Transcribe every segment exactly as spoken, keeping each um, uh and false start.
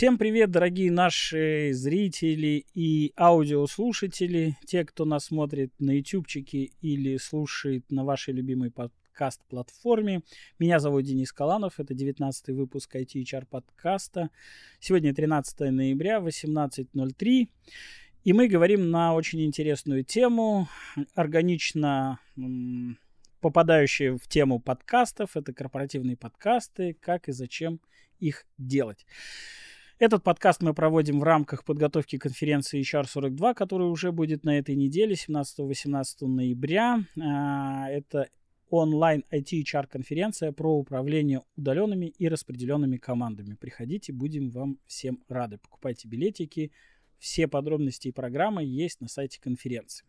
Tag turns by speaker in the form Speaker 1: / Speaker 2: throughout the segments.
Speaker 1: Всем привет, дорогие наши зрители и аудиослушатели, те, кто нас смотрит на ютубчике или слушает на вашей любимой подкаст-платформе. Меня зовут Денис Каланов, это девятнадцатый выпуск ай ти эйч ар подкаста. Сегодня тринадцатое ноября, восемнадцать ноль три, и мы говорим на очень интересную тему, органично м- попадающие в тему подкастов. Это корпоративные подкасты, как и зачем их делать. Этот подкаст мы проводим в рамках подготовки конференции эйч ар сорок два, которая уже будет на этой неделе, семнадцатого-восемнадцатого ноября. Это онлайн ай ти эйч ар конференция про управление удаленными и распределенными командами. Приходите, будем вам всем рады. Покупайте билетики. Все подробности и программы есть на сайте конференции.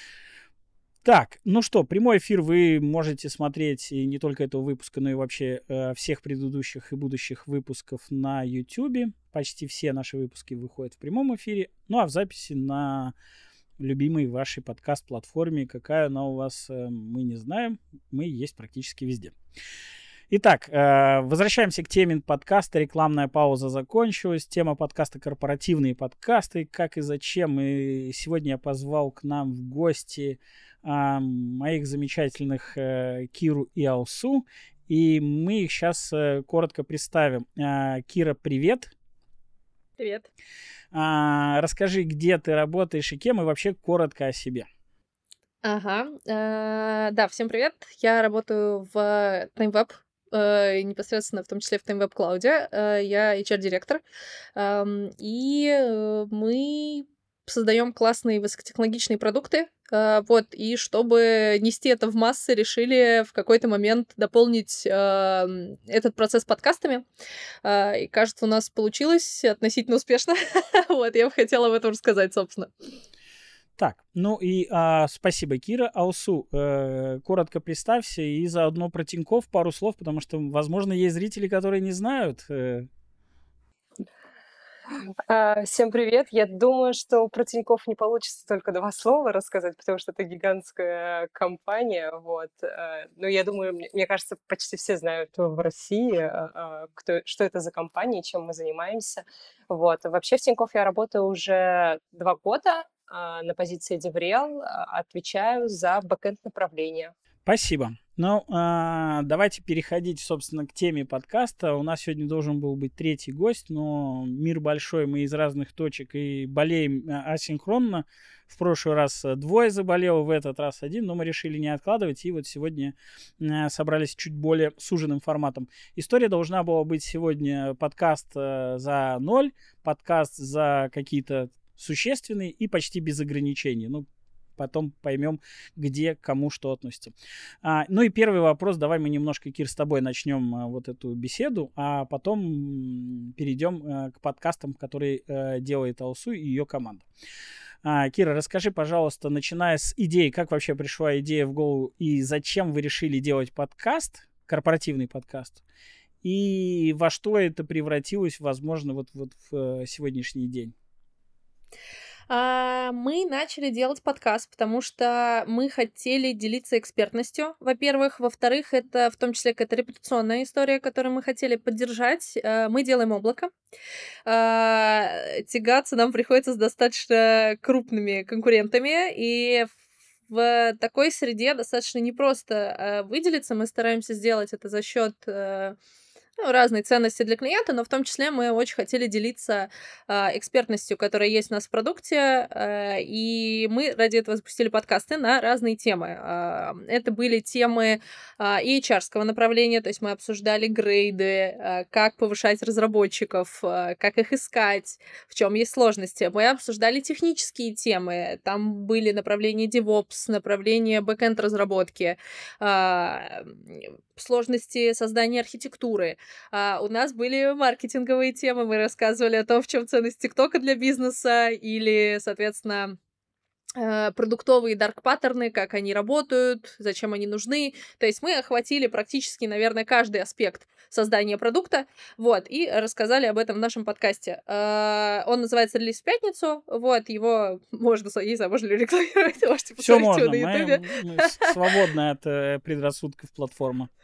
Speaker 1: Так, ну что, прямой эфир вы можете смотреть и не только этого выпуска, но и вообще э, всех предыдущих и будущих выпусков на YouTube. Почти все наши выпуски выходят в прямом эфире. Ну а в записи на любимой вашей подкаст-платформе. Какая она у вас, э, мы не знаем. Мы есть практически везде. Итак, э, возвращаемся к теме подкаста. Рекламная пауза закончилась. Тема подкаста — корпоративные подкасты. Как и зачем. И сегодня я позвал к нам в гости э, моих замечательных э, Киру и Алсу. И мы их сейчас э, коротко представим. Э, Кира, привет.
Speaker 2: Привет.
Speaker 1: Э, расскажи, где ты работаешь и кем, и вообще коротко о себе.
Speaker 2: Ага. Э, да, всем привет. Я работаю в TimeWeb. Uh, непосредственно, в том числе в TimeWeb Cloud. Uh, я эйч ар-директор. Um, и uh, мы создаем классные высокотехнологичные продукты. Uh, вот, и чтобы нести это в массы, решили в какой-то момент дополнить uh, этот процесс подкастами. Uh, и кажется, у нас получилось относительно успешно. Вот, я бы хотела об этом рассказать, собственно.
Speaker 1: Так, ну и а, спасибо, Кира. Алсу, э, коротко представься и заодно про Тинькофф пару слов, потому что, возможно, есть зрители, которые не знают. Э.
Speaker 3: А, всем привет. Я думаю, что про Тинькофф не получится только два слова рассказать, потому что это гигантская компания. Вот. Но я думаю, мне, мне кажется, почти все знают в России, кто, что это за компания, чем мы занимаемся. Вот. Вообще в Тинькофф я работаю уже два года. На позиции DevRel, отвечаю за бэкэнд направление.
Speaker 1: Спасибо. Ну, а, давайте переходить, собственно, к теме подкаста. У нас сегодня должен был быть третий гость, но мир большой, мы из разных точек и болеем асинхронно. В прошлый раз двое заболело, в этот раз один, но мы решили не откладывать, и вот сегодня собрались чуть более суженным форматом. История должна была быть сегодня подкаст за ноль, подкаст за какие-то существенные и почти без ограничений. Ну, потом поймем, где кому что относится. А, ну и первый вопрос. Давай мы немножко, Кир, с тобой начнем а, вот эту беседу, а потом м, перейдем а, к подкастам, которые а, делает Алсу и ее команда. А, Кира, расскажи, пожалуйста, начиная с идеи, как вообще пришла идея в голову и зачем вы решили делать подкаст, корпоративный подкаст, и во что это превратилось, возможно, вот, вот в сегодняшний день.
Speaker 2: Мы начали делать подкаст, потому что мы хотели делиться экспертностью, во-первых. Во-вторых, это в том числе какая-то репутационная история, которую мы хотели поддержать. Мы делаем облако. Тягаться нам приходится с достаточно крупными конкурентами, и в такой среде достаточно непросто выделиться. Мы стараемся сделать это за счет Ну, разные ценности для клиента, но в том числе мы очень хотели делиться э, экспертностью, которая есть у нас в продукте, э, и мы ради этого запустили подкасты на разные темы. Э, это были темы э, и эйч ар-ского направления, то есть мы обсуждали грейды, э, как повышать разработчиков, э, как их искать, в чем есть сложности. Мы обсуждали технические темы, там были направления DevOps, направления бэкэнд-разработки, э, сложности создания архитектуры. Uh, у нас были маркетинговые темы, мы рассказывали о том, в чем ценность ТикТока для бизнеса, или, соответственно, uh, продуктовые дарк-паттерны, как они работают, зачем они нужны. То есть мы охватили практически, наверное, каждый аспект создания продукта, вот, и рассказали об этом в нашем подкасте. Uh, он называется «Релиз в пятницу», вот, его можно, не знаю, можно ли рекламировать, можете
Speaker 1: посмотреть
Speaker 2: его
Speaker 1: на Ютубе. Все можно, мы свободны от предрассудков платформы.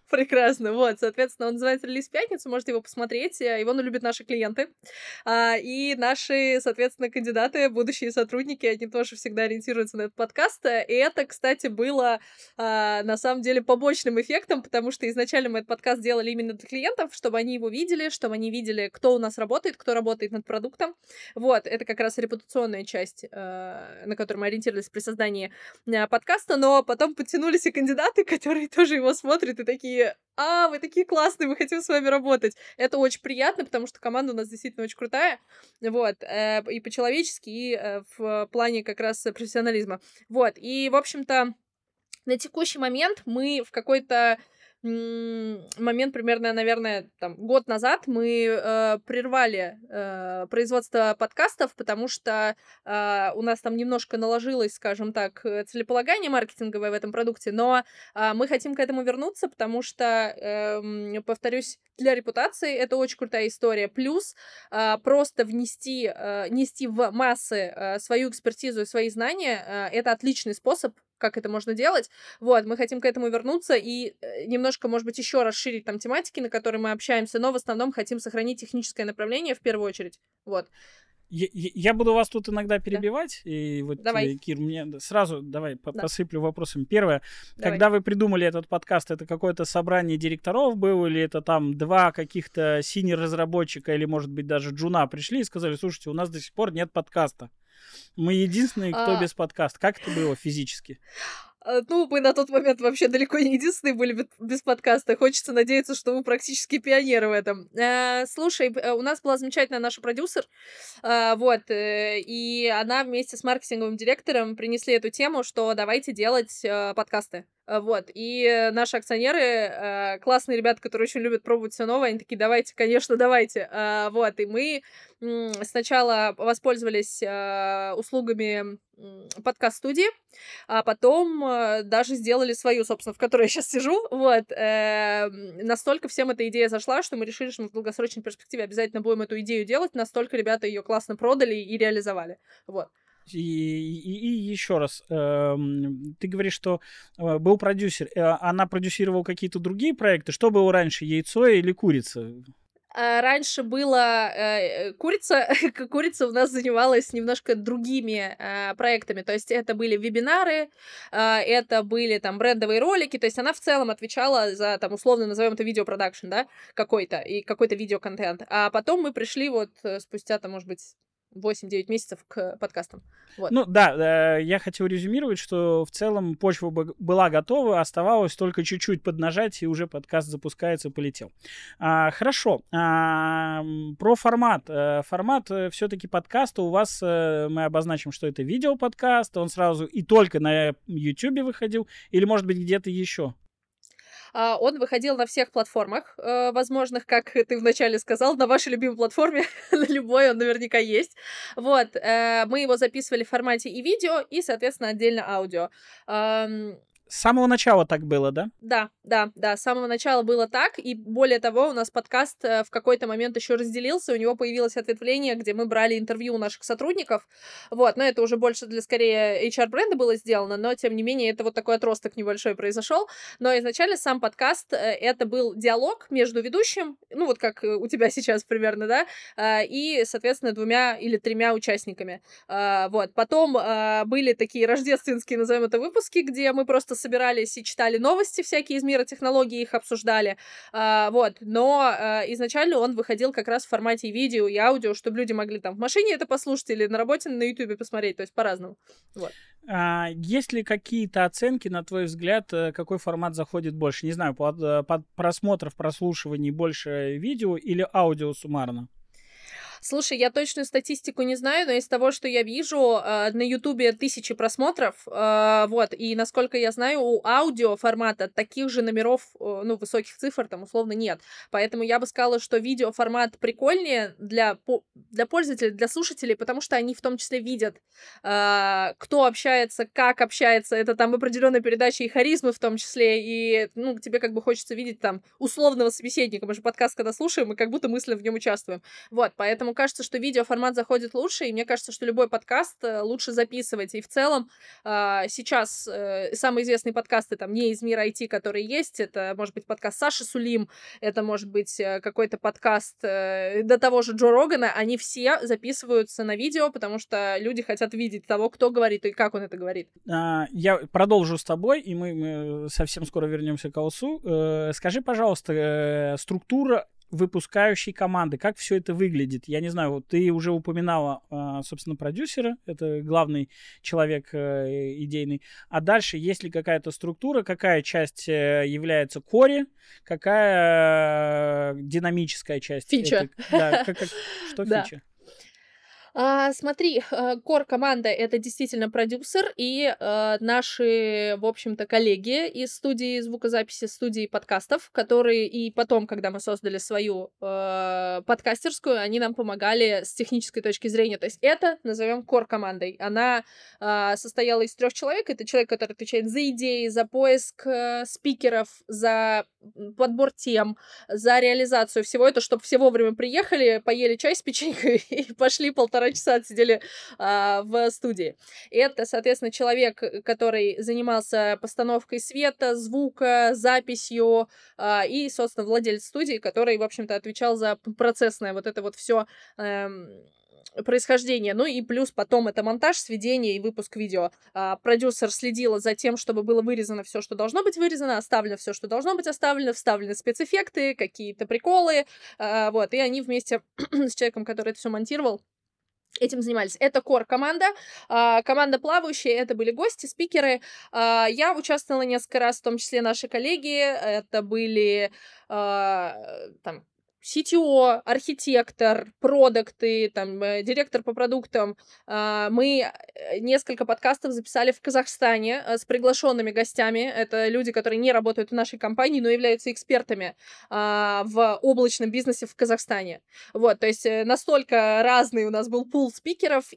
Speaker 2: Прекрасно, вот, соответственно, он называется «Релиз в пятницу», можете его посмотреть, э, его, ну, любят наши клиенты, а, и наши, соответственно, кандидаты, будущие сотрудники, они тоже всегда ориентируются на этот подкаст, э, и это, кстати, было, а, на самом деле, побочным эффектом, потому что изначально мы этот подкаст делали именно для клиентов, чтобы они его видели, чтобы они видели, кто у нас работает, кто работает над продуктом, вот, это как раз репутационная часть, э, на которую мы ориентировались при создании э, подкаста, но потом подтянулись и кандидаты, которые тоже его смотрят и такие: а, вы такие классные, мы хотим с вами работать. Это очень приятно, потому что команда у нас действительно очень крутая, вот, э, и по-человечески, и э, в плане как раз профессионализма. Вот, и, в общем-то, на текущий момент мы в какой-то м, момент, примерно, наверное, там, год назад мы э, прервали э, производство подкастов, потому что э, у нас там немножко наложилось, скажем так, э, целеполагание маркетинговое в этом продукте, но э, мы хотим к этому вернуться, потому что, эм, повторюсь, для репутации это очень крутая история. Плюс э, просто внести, э, нести в массы э, свою экспертизу и свои знания, э, это отличный способ, как это можно делать. Вот, мы хотим к этому вернуться и э, немножко, может быть, еще расширить там тематики, на которые мы общаемся, но в основном хотим сохранить техническое направление в первую очередь. Вот.
Speaker 1: Я, я- я буду вас тут иногда
Speaker 2: Да.
Speaker 1: перебивать, и вот,
Speaker 2: Давай.
Speaker 1: э, Кир, мне сразу давай по-
Speaker 2: Да.
Speaker 1: посыплю вопросами. Первое,
Speaker 2: Давай.
Speaker 1: когда вы придумали этот подкаст, это какое-то собрание директоров было, или это там два каких-то синер-разработчика, или, может быть, даже джуна пришли и сказали: слушайте, у нас до сих пор нет подкаста. Мы единственные, кто
Speaker 2: А,
Speaker 1: без подкаста. Как это было физически?
Speaker 2: А, Ну, мы на тот момент вообще далеко не единственные были бе- без подкаста. Хочется надеяться, что мы практически пионеры в этом. Э, Слушай, б- э, у нас была замечательная наша продюсер, э, вот, э, и она вместе с маркетинговым директором принесли эту тему, что давайте делать э, подкасты. Э, Вот, и э, наши акционеры, э, классные ребята, которые очень любят пробовать все новое, они такие: давайте, конечно, давайте. Э, Вот, и мы м, сначала воспользовались э, услугами м, подкаст-студии, а потом э, даже сделали свою, собственно, в которой я сейчас сижу. Вот. э, м, Настолько всем эта идея зашла, что мы решили, что мы в долгосрочной перспективе обязательно будем эту идею делать. Настолько ребята ее классно продали и реализовали. Вот.
Speaker 1: И, и- и еще раз, эм, ты говоришь, что э, был продюсер, э, она продюсировала какие-то другие проекты. Что было раньше, яйцо или курица?
Speaker 2: А Раньше была э, курица. Курица у нас занималась немножко другими э, проектами. То есть это были вебинары, э, это были там брендовые ролики. То есть она в целом отвечала за, там, условно назовем это видеопродакшн, да, какой-то, и какой-то видеоконтент. А потом мы пришли вот э, спустя, там, может быть, восемь-девять месяцев к подкастам. Вот.
Speaker 1: Ну да, э, я хотел резюмировать, что в целом почва бы- была готова, оставалось только чуть-чуть поднажать, и уже подкаст запускается, полетел. А, хорошо. А, м, про формат. Э, Формат все-таки подкаста у вас, э, мы обозначим, что это видеоподкаст, он сразу и только на YouTube выходил, или, может быть, где-то еще?
Speaker 2: А, Он выходил на всех платформах э, возможных, как ты вначале сказал, на вашей любимой платформе, на любой он наверняка есть. Вот, э, мы его записывали в формате и видео, и, соответственно, отдельно аудио. Ам,
Speaker 1: С самого начала так было, да?
Speaker 2: Да, да, да, с самого начала было так, и более того, у нас подкаст э, в какой-то момент еще разделился, у него появилось ответвление, где мы брали интервью у наших сотрудников, вот, но это уже больше для, скорее, эйч ар-бренда было сделано, но, тем не менее, это вот такой отросток небольшой произошел, но изначально сам подкаст, э, это был диалог между ведущим, ну, вот как э, у тебя сейчас примерно, да, э, и, соответственно, двумя или тремя участниками, Э, вот, потом э, были такие рождественские, назовем это, выпуски, где мы просто собирались и читали новости всякие из мира технологий, их обсуждали, А, вот, но э, изначально он выходил как раз в формате видео и аудио, чтобы люди могли там в машине это послушать или на работе на ютубе посмотреть, то есть по-разному, вот.
Speaker 1: А, есть ли какие-то оценки, на твой взгляд, э, какой формат заходит больше? Не знаю, под, э, под просмотров, прослушиваний больше видео или аудио суммарно?
Speaker 2: Слушай, я точную статистику не знаю, но из того, что я вижу, э, на Ютубе тысячи просмотров, э, вот, и насколько я знаю, у аудио формата таких же номеров, э, ну, высоких цифр там условно нет. Поэтому я бы сказала, что видеоформат прикольнее для, по- для пользователей, для слушателей, потому что они в том числе видят, э, кто общается, как общается. Это там определенная передача и харизмы в том числе, и, ну, тебе как бы хочется видеть там условного собеседника. Мы же подкаст, когда слушаем, мы как будто мысленно в нем участвуем. Вот, поэтому кажется, что видеоформат заходит лучше, и мне кажется, что любой подкаст лучше записывать. И в целом сейчас самые известные подкасты там не из мира ай ти, которые есть, это может быть подкаст Саши Сулим, это может быть какой-то подкаст до того же Джо Рогана, они все записываются на видео, потому что люди хотят видеть того, кто говорит и как он это говорит.
Speaker 1: Я продолжу с тобой, и мы, мы совсем скоро вернемся к Аусу. Скажи, пожалуйста, структура выпускающей команды, как все это выглядит? Я не знаю, вот ты уже упоминала, собственно, продюсера, это главный человек идейный, а дальше есть ли какая-то структура, какая часть является кори, какая динамическая часть?
Speaker 2: Фича.
Speaker 1: Это, да, как, как, что
Speaker 2: да.
Speaker 1: фича?
Speaker 2: А, смотри, кор-команда — это действительно продюсер и а, наши, в общем-то, коллеги из студии звукозаписи, студии подкастов, которые и потом, когда мы создали свою а, подкастерскую, они нам помогали с технической точки зрения. То есть это назовем кор-командой. Она а, состояла из трех человек. Это человек, который отвечает за идеи, за поиск а, спикеров, за подбор тем, за реализацию всего этого, чтобы все вовремя приехали, поели чай с печенькой и пошли полтора часа отсидели а, в студии. Это, соответственно, человек, который занимался постановкой света, звука, записью, а, и, собственно, владелец студии, который, в общем-то, отвечал за процессное вот это вот все эм, происхождение. Ну и плюс потом это монтаж, сведение и выпуск видео. А, продюсер следила за тем, чтобы было вырезано все, что должно быть вырезано, оставлено все, что должно быть оставлено, вставлены спецэффекты, какие-то приколы, а, вот, и они вместе с человеком, который это все монтировал, этим занимались. Это кор-команда. А, команда плавающая, это были гости, спикеры. А, я участвовала несколько раз, в том числе наши коллеги. Это были а, там си ти о, архитектор, продукты, там, директор по продуктам. Мы несколько подкастов записали в Казахстане с приглашенными гостями. Это люди, которые не работают в нашей компании, но являются экспертами в облачном бизнесе в Казахстане. Вот, то есть настолько разный у нас был пул спикеров,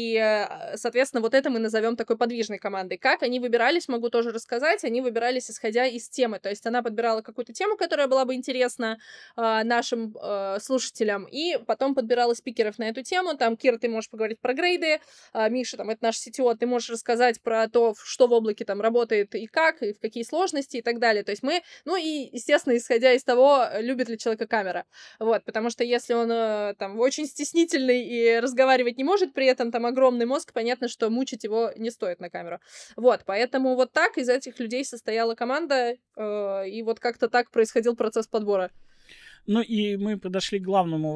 Speaker 2: и, соответственно, вот это мы назовем такой подвижной командой. Как они выбирались, могу тоже рассказать. Они выбирались, исходя из темы. То есть она подбирала какую-то тему, которая была бы интересна нашим э, слушателям, и потом подбирала спикеров на эту тему. Там, Кира, ты можешь поговорить про грейды, э, Миша, там, это наш си ти о, ты можешь рассказать про то, что в облаке там работает и как, и в какие сложности и так далее. То есть мы, ну и, естественно, исходя из того, любит ли человека камера. Вот, потому что если он э, там очень стеснительный и разговаривать не может, при этом там огромный мозг, понятно, что мучить его не стоит на камеру. Вот, поэтому вот так из этих людей состояла команда, э, и вот как-то так происходил процесс подбора.
Speaker 1: Ну и мы подошли к главному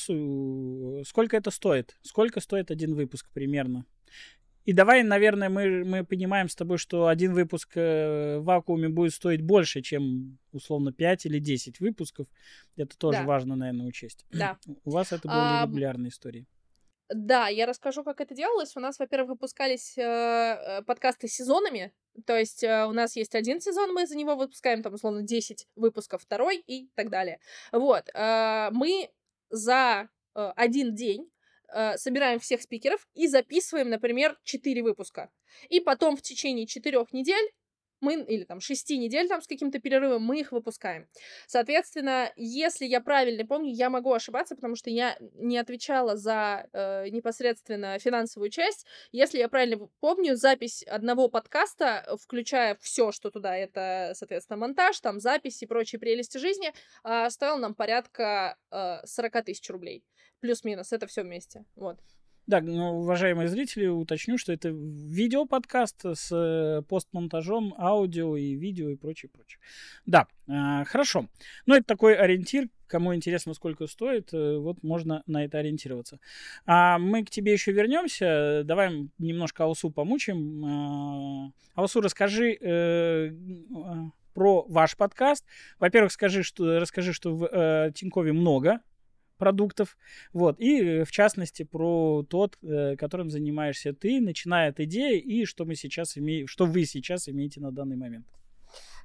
Speaker 1: вопросу. Сколько это стоит? Сколько стоит один выпуск примерно? И давай, наверное, мы, мы понимаем с тобой, что один выпуск в вакууме будет стоить больше, чем, условно, пять или десять выпусков. Это тоже
Speaker 2: Да.
Speaker 1: важно, наверное, учесть.
Speaker 2: Да.
Speaker 1: У вас это более
Speaker 2: А,
Speaker 1: регулярные истории.
Speaker 2: Да, я расскажу, как это делалось. У нас, во-первых, выпускались э, подкасты сезонами. То есть э, у нас есть один сезон, мы за него выпускаем, там, условно, десять выпусков, второй и так далее. Вот. Э, мы за э, один день э, собираем всех спикеров и записываем, например, четыре выпуска. И потом в течение четырех недель мы, или там шести недель там с каким-то перерывом, мы их выпускаем. Соответственно, если я правильно помню, я могу ошибаться, потому что я не отвечала за э, непосредственно финансовую часть. Если я правильно помню, запись одного подкаста, включая все, что туда, это, соответственно, монтаж, там, запись и прочие прелести жизни, э, стоила нам порядка э, сорок тысяч рублей. Плюс-минус, это все вместе. Вот.
Speaker 1: Да, ну, уважаемые зрители, уточню, что это видеоподкаст с постмонтажом, аудио и видео и прочее, прочее. Да, э, хорошо. Ну, это такой ориентир. Кому интересно, сколько стоит, э, вот можно на это ориентироваться. А мы к тебе еще вернемся. Давай немножко Аусу помучим. Э, Аусу, расскажи э, про ваш подкаст. Во-первых, скажи, что, расскажи, что в э, Тинькове много продуктов, вот, и в частности про тот, которым занимаешься ты, начиная от идеи, и что мы сейчас имеем, что вы сейчас имеете на данный момент.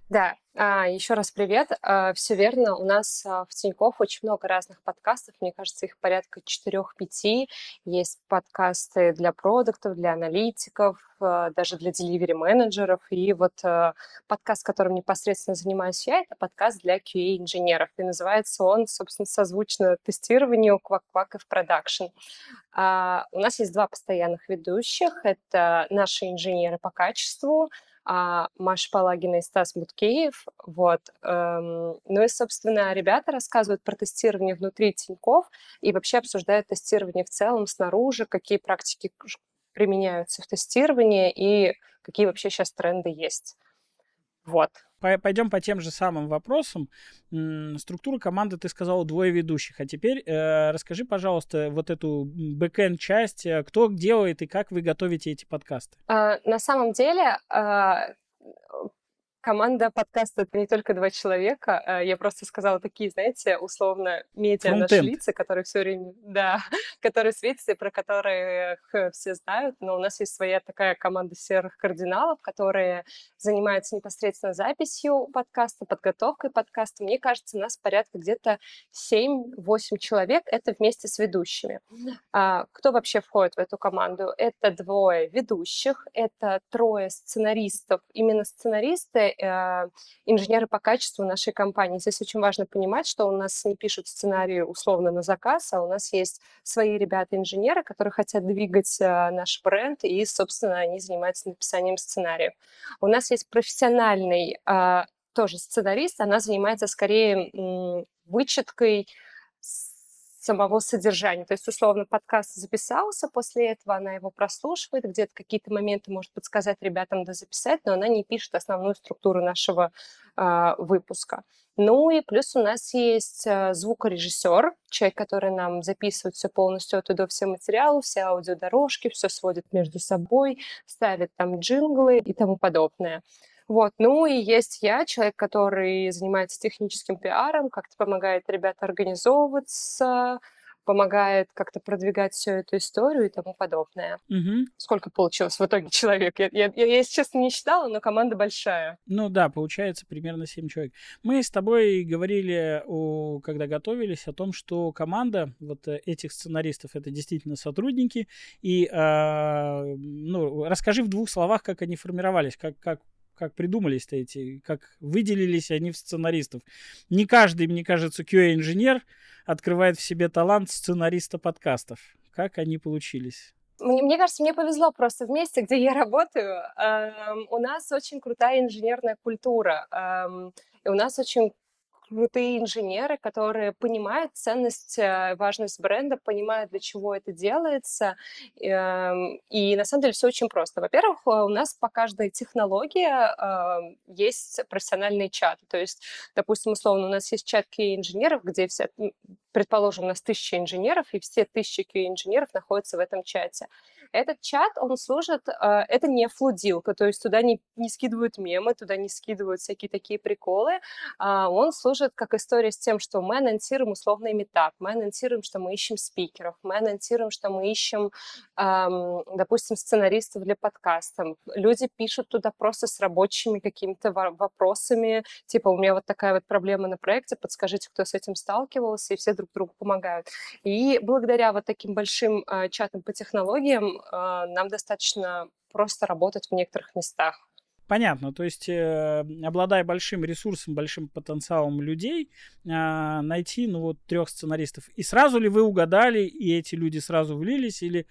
Speaker 3: Да, а, еще раз привет. А, все верно. У нас а, в Тинькофф очень много разных подкастов. Мне кажется, их порядка четырех-пяти. Есть подкасты для продуктов, для аналитиков, а, даже для деливери-менеджеров. И вот а, подкаст, которым непосредственно занимаюсь я, это подкаст для кью эй-инженеров. И называется он, собственно, созвучно тестированию Квак-Квак и в продакшн. А, у нас есть два постоянных ведущих. Это наши инженеры по качеству, а, Маша Палагина и Стас Буткеев. Вот. эм, Ну и, собственно, ребята рассказывают про тестирование внутри Тинькофф и вообще обсуждают тестирование в целом снаружи, какие практики к- применяются в тестировании и какие вообще сейчас тренды есть. Вот.
Speaker 1: Пойдем по тем же самым вопросам. М, Структура команды, ты сказал, двое ведущих. А теперь э, расскажи, пожалуйста, вот эту бэкэнд часть. э, Кто делает и как вы готовите эти подкасты?
Speaker 3: А, На самом деле, а, команда подкаста — это не только два человека. а, Я просто сказала такие, знаете, условно, медиа наши
Speaker 1: Фронтенд.
Speaker 3: лица, которые все время, да, которые светятся и про которых э, все знают. Но у нас есть своя такая команда серых кардиналов, которые занимаются непосредственно записью подкаста, подготовкой подкаста. Мне кажется, нас порядка где-то семь-восемь человек. Это вместе с ведущими. А, Кто вообще входит в эту команду? Это двое ведущих, это трое сценаристов. Именно сценаристы, э, инженеры по качеству нашей компании. Здесь очень важно понимать, что у нас не пишут сценарии условно на заказ, а у нас есть свои ребята-инженеры, которые хотят двигать э, наш бренд, и, собственно, они занимаются написанием сценариев. У нас есть профессиональный а, тоже сценарист, она занимается скорее м, вычеткой самого содержания. То есть, условно, подкаст записался, после этого она его прослушивает, где-то какие-то моменты может подсказать ребятам дозаписать, но она не пишет основную структуру нашего а, выпуска. Ну и плюс у нас есть а, звукорежиссер, человек, который нам записывает все полностью от и до, все материалы, все аудиодорожки, все сводит между собой, ставит там джинглы и тому подобное. Вот, ну и есть я, человек, который занимается техническим пиаром, как-то помогает ребятам организовываться, помогает как-то продвигать всю эту историю и тому подобное.
Speaker 1: Мгм.
Speaker 3: Сколько получилось в итоге человек? Я, я, я, если честно, не считала, но команда большая.
Speaker 1: Ну да, получается примерно семь человек. Мы с тобой говорили, о, когда готовились, о том, что команда вот э, этих сценаристов это действительно сотрудники. И а, ну, расскажи в двух словах, как они формировались, как, как, как придумались-то эти, как выделились они в сценаристов. Не каждый, мне кажется, кью эй-инженер открывает в себе талант сценариста подкастов. Как они получились?
Speaker 3: Мне, мне кажется, мне повезло просто в месте, где я работаю. Эм, у нас очень крутая инженерная культура. эм, и у нас очень крутые инженеры, которые понимают ценность, э, важность бренда, понимают, для чего это делается. Эм, И на самом деле все очень просто. Во-первых, э, у нас по каждой технологии э, есть профессиональные чаты. То есть, допустим, условно, у нас есть чат кью эй-инженеров, где все, м, предположим, у нас тысяча инженеров, и все тысячи кью эй-инженеров находятся в этом чате. Этот чат, он служит, э, это не флудилка, то есть туда не, не скидывают мемы, туда не скидывают всякие такие приколы. А, Он служит как история с тем, что мы анонсируем условный метап, мы анонсируем, что мы ищем спикеров, мы анонсируем, что мы ищем, ам, допустим, сценаристов для подкастов. Люди пишут туда просто с рабочими какими-то во- вопросами, типа, у меня вот такая вот проблема на проекте, подскажите, кто с этим сталкивался, и все друг другу помогают. И благодаря вот таким большим а, чатам по технологиям а, нам достаточно просто работать в некоторых местах.
Speaker 1: Понятно, то есть, э, обладая большим ресурсом, большим потенциалом людей, а, найти, ну, вот, трех сценаристов. И сразу ли вы угадали, и эти люди сразу влились, или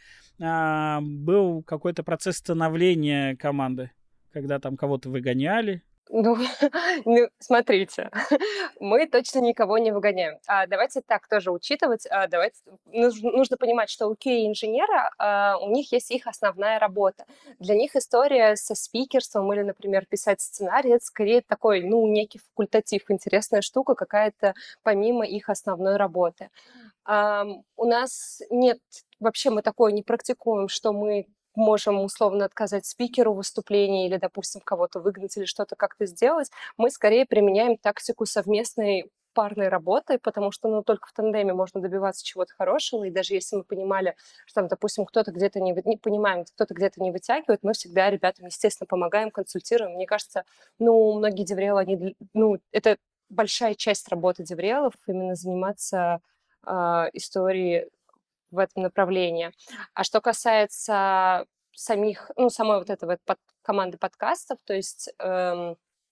Speaker 1: а, был какой-то процесс становления команды, когда там кого-то выгоняли?
Speaker 3: Ну, ну, смотрите, мы точно никого не выгоняем. А, давайте так тоже учитывать. А, давайте, нужно, нужно понимать, что у кью эй-инженера а, у них есть их основная работа. Для них история со спикерством или, например, писать сценарий — это скорее такой, ну, некий факультатив, интересная штука какая-то помимо их основной работы. Ам, у нас нет, вообще мы такое не практикуем, что мы можем условно отказать спикеру в выступлении или, допустим, кого-то выгнать или что-то как-то сделать. Мы скорее применяем тактику совместной парной работой, потому что, ну, только в тандеме можно добиваться чего-то хорошего, и даже если мы понимали, что, там, допустим, кто-то где-то не, вы- не понимаем, кто-то где-то не вытягивает, мы всегда ребятам, естественно, помогаем, консультируем. Мне кажется, ну, многие деврелы, они, для- ну, это большая часть работы деврелов, именно заниматься а, историей в этом направлении. А что касается самих, ну, самой вот этой вот под- команды подкастов, то есть эм,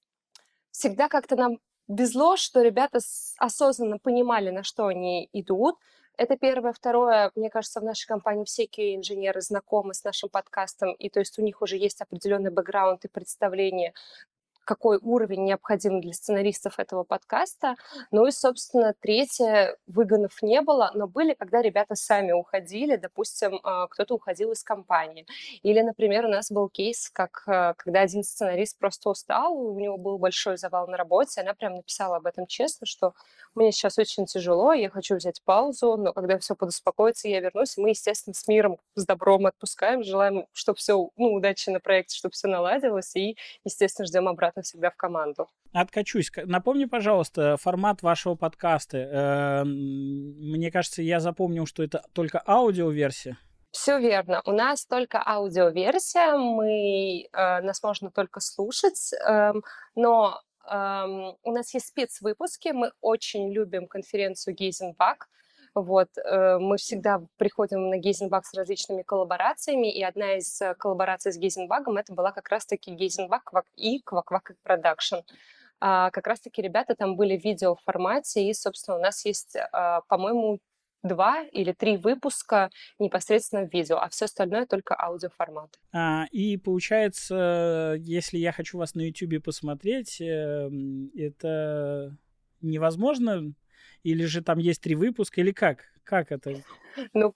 Speaker 3: всегда как-то нам везло, что ребята с- осознанно понимали, на что они идут. Это первое. Второе, мне кажется, в нашей компании все кью эй-инженеры знакомы с нашим подкастом, и то есть у них уже есть определенный бэкграунд и представление, какой уровень необходим для сценаристов этого подкаста. Ну и, собственно, третье, выгонов не было, но были, когда ребята сами уходили, допустим, а, кто-то уходил из компании. Или, например, у нас был кейс, как а, когда один сценарист просто устал, у него был большой завал на работе, она прям написала об этом честно, что мне сейчас очень тяжело, я хочу взять паузу, но когда все подуспокоится, я вернусь. И мы, естественно, с миром, с добром отпускаем, желаем, чтобы все, ну, удачи на проекте, чтобы все наладилось, и естественно, ждем обратно всегда в команду.
Speaker 1: Откачусь. К- Напомни, пожалуйста, формат вашего подкаста. Эм, Мне кажется, я запомнил, что это только аудиоверсия.
Speaker 3: Все верно. У нас только аудиоверсия, мы, э, нас можно только слушать, эм, но эм, у нас есть спецвыпуски, мы очень любим конференцию Гейзенбак. Вот, э, мы всегда приходим на Гейзенбак с различными коллаборациями, и одна из э, коллабораций с Гейзенбаком это была как раз-таки Гейзенбак Квак- и Квак-Квак Продакшн. А, как раз-таки ребята там были в видеоформате, и, собственно, у нас есть, а, по-моему, два или три выпуска непосредственно в видео, а все остальное только аудиоформат.
Speaker 1: А, и получается, если я хочу вас на YouTube посмотреть, эм, это невозможно? Или же там есть три выпуска? Или как? Как это?
Speaker 3: Ну,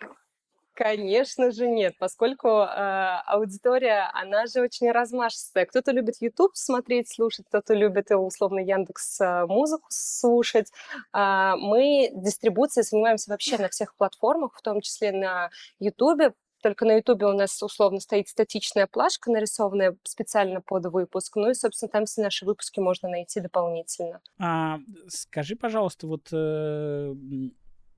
Speaker 3: конечно же нет, поскольку э, аудитория, она же очень размашистая. Кто-то любит YouTube смотреть, слушать, кто-то любит, э, условно, Яндекс э, музыку слушать. А, мы дистрибуцией занимаемся вообще на всех платформах, в том числе на YouTube. Только на YouTube у нас, условно, стоит статичная плашка, нарисованная специально под выпуск. Ну и, собственно, там все наши выпуски можно найти дополнительно.
Speaker 1: А, скажи, пожалуйста, вот э, м,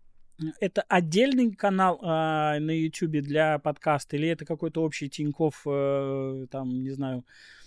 Speaker 1: это отдельный канал а, на YouTube для подкаста, или это какой-то общий Тинькофф, э, там, не знаю,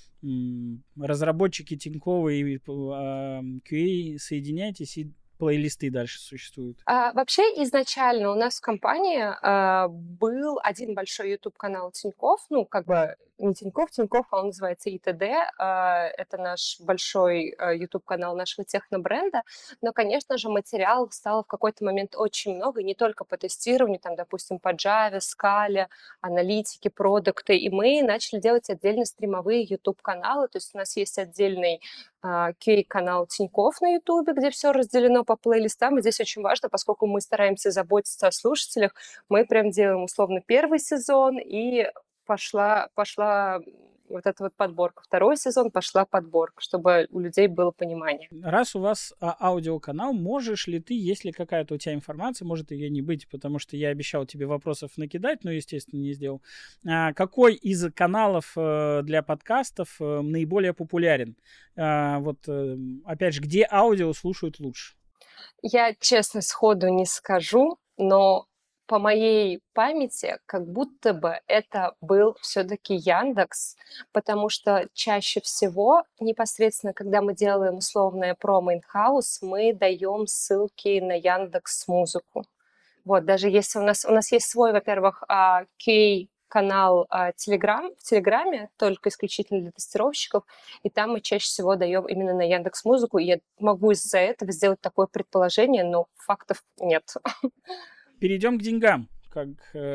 Speaker 1: м, разработчики Тинькова и а, кью эй, соединяйтесь, и плейлисты дальше существуют?
Speaker 3: А, вообще, изначально у нас в компании а, был один большой YouTube-канал Тинькофф, ну, как бы не Тинькофф, Тинькофф, а он называется и тэ дэ. А, это наш большой а, YouTube-канал нашего технобренда. Но, конечно же, материалов стало в какой-то момент очень много, не только по тестированию, там, допустим, по Java, Scala, аналитики, продукты. И мы начали делать отдельно стримовые YouTube-каналы. То есть у нас есть отдельный а, кью эй-канал Тинькофф на Ютубе, где все разделено по плейлистам. И здесь очень важно, поскольку мы стараемся заботиться о слушателях, мы прям делаем условно первый сезон, и пошла, пошла вот эта вот подборка. Второй сезон пошла подборка, чтобы у людей было понимание.
Speaker 1: Раз у вас а, аудиоканал, можешь ли ты, есть ли какая-то у тебя информация, может ее не быть, потому что я обещал тебе вопросов накидать, но, естественно, не сделал. А, какой из каналов э, для подкастов э, наиболее популярен? А, вот, э, опять же, где аудио слушают лучше?
Speaker 3: Я, честно, сходу не скажу, но по моей памяти, как будто бы это был все-таки Яндекс, потому что чаще всего непосредственно, когда мы делаем условное промо in-house, мы даем ссылки на Яндекс Музыку. Вот, даже если у нас, у нас есть свой, во-первых, а, кью эй канал а, Telegram, в Телеграме, только исключительно для тестировщиков, и там мы чаще всего даем именно на Яндекс.Музыку, и я могу из-за этого сделать такое предположение, но фактов нет.
Speaker 1: Перейдем к деньгам, как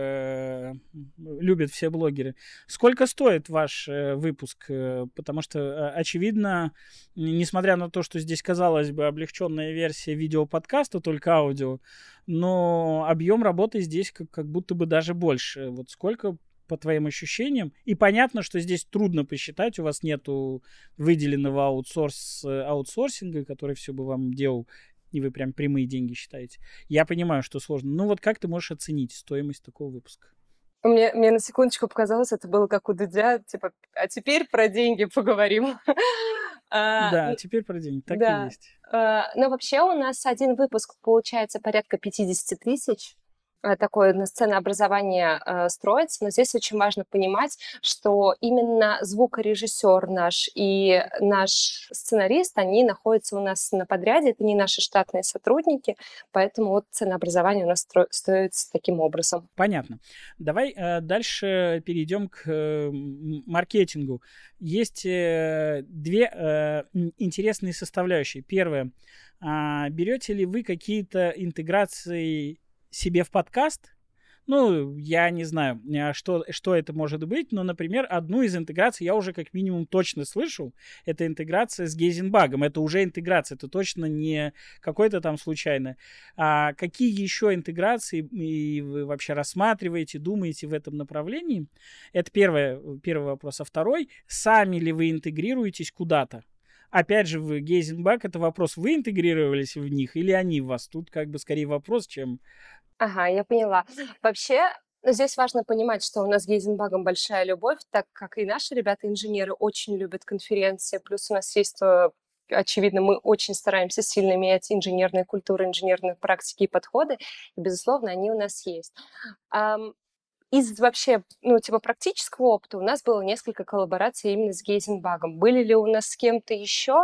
Speaker 1: э, любят все блогеры. Сколько стоит ваш э, выпуск? Э, Потому что, э, очевидно, н- несмотря на то, что здесь, казалось бы, облегченная версия видеоподкаста, только аудио, но объем работы здесь как, как будто бы даже больше. Вот сколько, по твоим ощущениям? И понятно, что здесь трудно посчитать, у вас нету выделенного аутсорс, э, аутсорсинга, который все бы вам делал, и вы прям прямые деньги считаете. Я понимаю, что сложно. Ну вот как ты можешь оценить стоимость такого выпуска?
Speaker 3: Мне, мне на секундочку показалось, это было как у Дудя, типа, а теперь про деньги поговорим. А,
Speaker 1: Да,
Speaker 3: н-
Speaker 1: теперь про деньги. Так и
Speaker 3: да.
Speaker 1: есть.
Speaker 3: А, но вообще у нас один выпуск получается порядка пятьдесят тысяч. А, Такое на сценообразование а, строится, но здесь очень важно понимать, что именно звукорежиссер наш и наш сценарист, они находятся у нас на подряде, это не наши штатные сотрудники, поэтому вот ценообразование у нас стро- строится таким образом.
Speaker 1: Понятно. Давай э, дальше перейдем к э, м, маркетингу. Есть э, две э, м, интересные составляющие. Первое. А, берете ли вы какие-то интеграции себе в подкаст? Ну, я не знаю, а, что, что это может быть, но, например, одну из интеграций я уже как минимум точно слышу. Это интеграция с Гейзенбагом. Это уже интеграция, это точно не какой-то там случайно. А какие еще интеграции и вы вообще рассматриваете, думаете в этом направлении? Это первое, первый вопрос. А второй, сами ли вы интегрируетесь куда-то? Опять же, в Гейзенбаг это вопрос, вы интегрировались в них или они в вас? Тут как бы скорее вопрос, чем...
Speaker 3: Ага, я поняла. Вообще, ну, здесь важно понимать, что у нас с Гейзенбагом большая любовь, так как и наши ребята-инженеры очень любят конференции, плюс у нас есть, э, очевидно, мы очень стараемся сильно менять инженерные культуры, инженерные практики и подходы, и, безусловно, они у нас есть. Ам, Из вообще, ну, типа, практического опыта у нас было несколько коллабораций именно с Гейзенбагом. Были ли у нас с кем-то еще?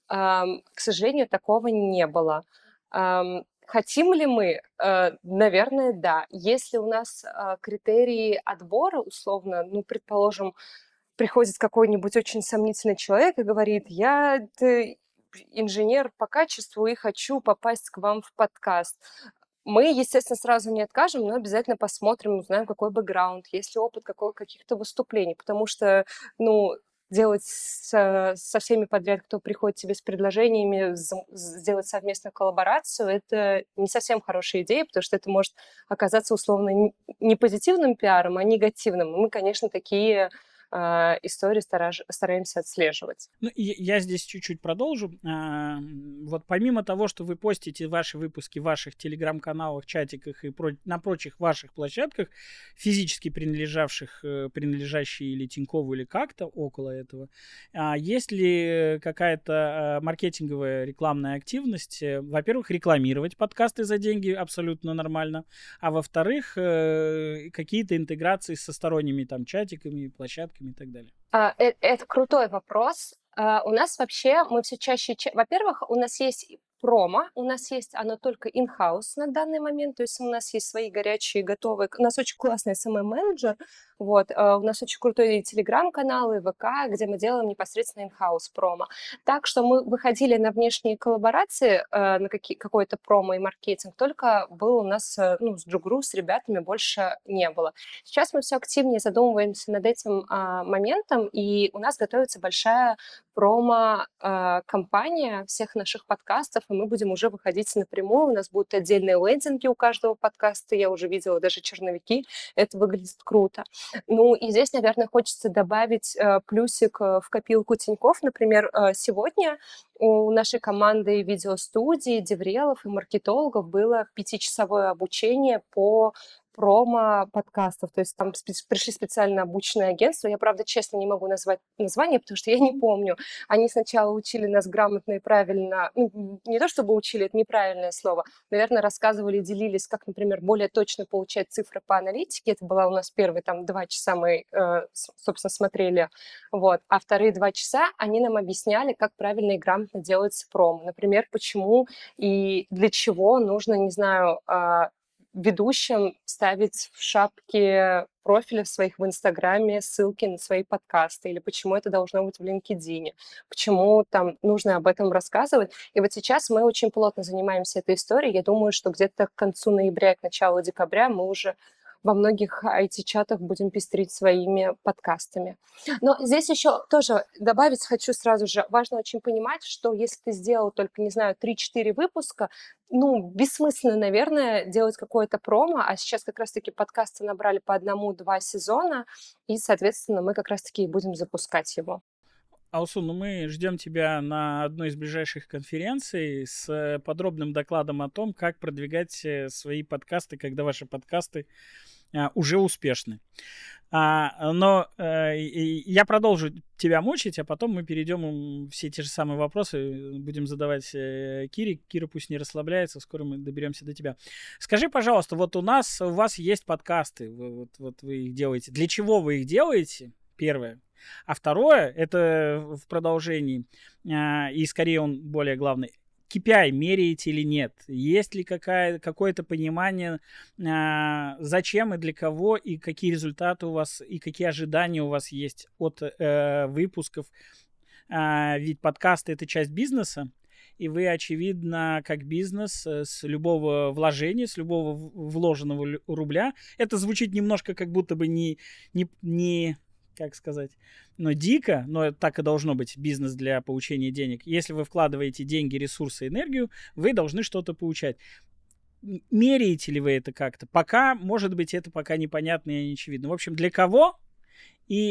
Speaker 3: Ам, К сожалению, такого не было. Ам, Хотим ли мы? Э, Наверное, да. Если у нас а, критерии отбора, условно, ну, предположим, приходит какой-нибудь очень сомнительный человек и говорит, я т- инженер по качеству и хочу попасть к вам в подкаст. Мы, естественно, сразу не откажем, но обязательно посмотрим, узнаем, какой бэкграунд, есть ли опыт какого, каких-то выступлений, потому что, ну, делать со, со всеми подряд, кто приходит тебе с предложениями, за- сделать совместную коллаборацию, это не совсем хорошая идея, потому что это может оказаться условно не не позитивным пиаром, а негативным. Мы, конечно, такие а, истории стараж- стараемся отслеживать.
Speaker 1: Ну, и я здесь чуть-чуть продолжу. А, м, Вот помимо того, что вы постите ваши выпуски в ваших телеграм-каналах, чатиках и про- на прочих ваших площадках, физически принадлежавших, э, принадлежащие или Тинькову, или как-то около этого, а есть ли какая-то а, маркетинговая рекламная активность? Э, Во-первых, рекламировать подкасты за деньги абсолютно нормально, а во-вторых, э, какие-то интеграции со сторонними там чатиками, площадками и так далее.
Speaker 3: А, э- это крутой вопрос. А, У нас вообще, мы все чаще... ча- Во-первых, у нас есть и промо, у нас есть оно только in-house на данный момент, то есть у нас есть свои горячие, готовые... У нас очень классный эс эм эм-менеджер, вот, а, у нас очень крутой и телеграм-канал, и вэ ка, где мы делаем непосредственно in-house промо. Так что мы выходили на внешние коллаборации, э, на какие, какой-то промо и маркетинг, только был у нас, э, ну, с Джугру, с ребятами больше не было. Сейчас мы все активнее задумываемся над этим а, моментом, и у нас готовится большая промо-компания всех наших подкастов, и мы будем уже выходить напрямую. У нас будут отдельные лендинги у каждого подкаста, я уже видела даже черновики, это выглядит круто. Ну и здесь, наверное, хочется добавить э, плюсик э, в копилку Тинькофф. Например, э, сегодня у нашей команды видеостудии, деврелов и маркетологов было пятичасовое обучение по промо-подкастов, то есть там спе- пришли специально обученные агентства. Я, правда, честно не могу назвать название, потому что я не помню. Они сначала учили нас грамотно и правильно, ну, не то чтобы учили, это неправильное слово, наверное, рассказывали, делились, как, например, более точно получать цифры по аналитике. Это была у нас первые там два часа мы, э, с- собственно, смотрели, вот. А вторые два часа они нам объясняли, как правильно и грамотно делается промо. Например, почему и для чего нужно, не знаю, а, ведущим ставить в шапке профиля своих в Инстаграме ссылки на свои подкасты, или почему это должно быть в LinkedIn, почему там нужно об этом рассказывать. И вот сейчас мы очень плотно занимаемся этой историей. Я думаю, что где-то к концу ноября, к началу декабря мы уже во многих ай ти-чатах будем пестрить своими подкастами. Но здесь еще тоже добавить хочу сразу же, важно очень понимать, что если ты сделал только, не знаю, три-четыре выпуска, ну, бессмысленно, наверное, делать какое-то промо, а сейчас как раз-таки подкасты набрали по одному-два сезона, и, соответственно, мы как раз-таки и будем запускать его.
Speaker 1: Алсу, ну мы ждем тебя на одной из ближайших конференций с э, подробным докладом о том, как продвигать э, свои подкасты, когда ваши подкасты а, уже успешны. А, но э, и- я продолжу тебя мучить, а потом мы перейдем м, все те же самые вопросы, э, будем задавать э, Кире. Кира пусть не расслабляется, скоро мы доберемся до тебя. Скажи, пожалуйста, вот у нас, у вас есть подкасты, вы, вот, вот вы их делаете. Для чего вы их делаете? Первое. А второе, это в продолжении, а, и скорее он более главный. кей пи ай меряете или нет? Есть ли какая, какое-то понимание, а, зачем и для кого, и какие результаты у вас, и какие ожидания у вас есть от э, выпусков? А, ведь подкасты — это часть бизнеса, и вы, очевидно, как бизнес, э, с любого вложения, с любого в- вложенного лю- рубля, это звучит немножко как будто бы не, не, не как сказать, но дико, но это так и должно быть, бизнес для получения денег. Если вы вкладываете деньги, ресурсы, энергию, вы должны что-то получать. М- Меряете ли вы это как-то? Пока, может быть, это пока непонятно и не очевидно. В общем, для кого и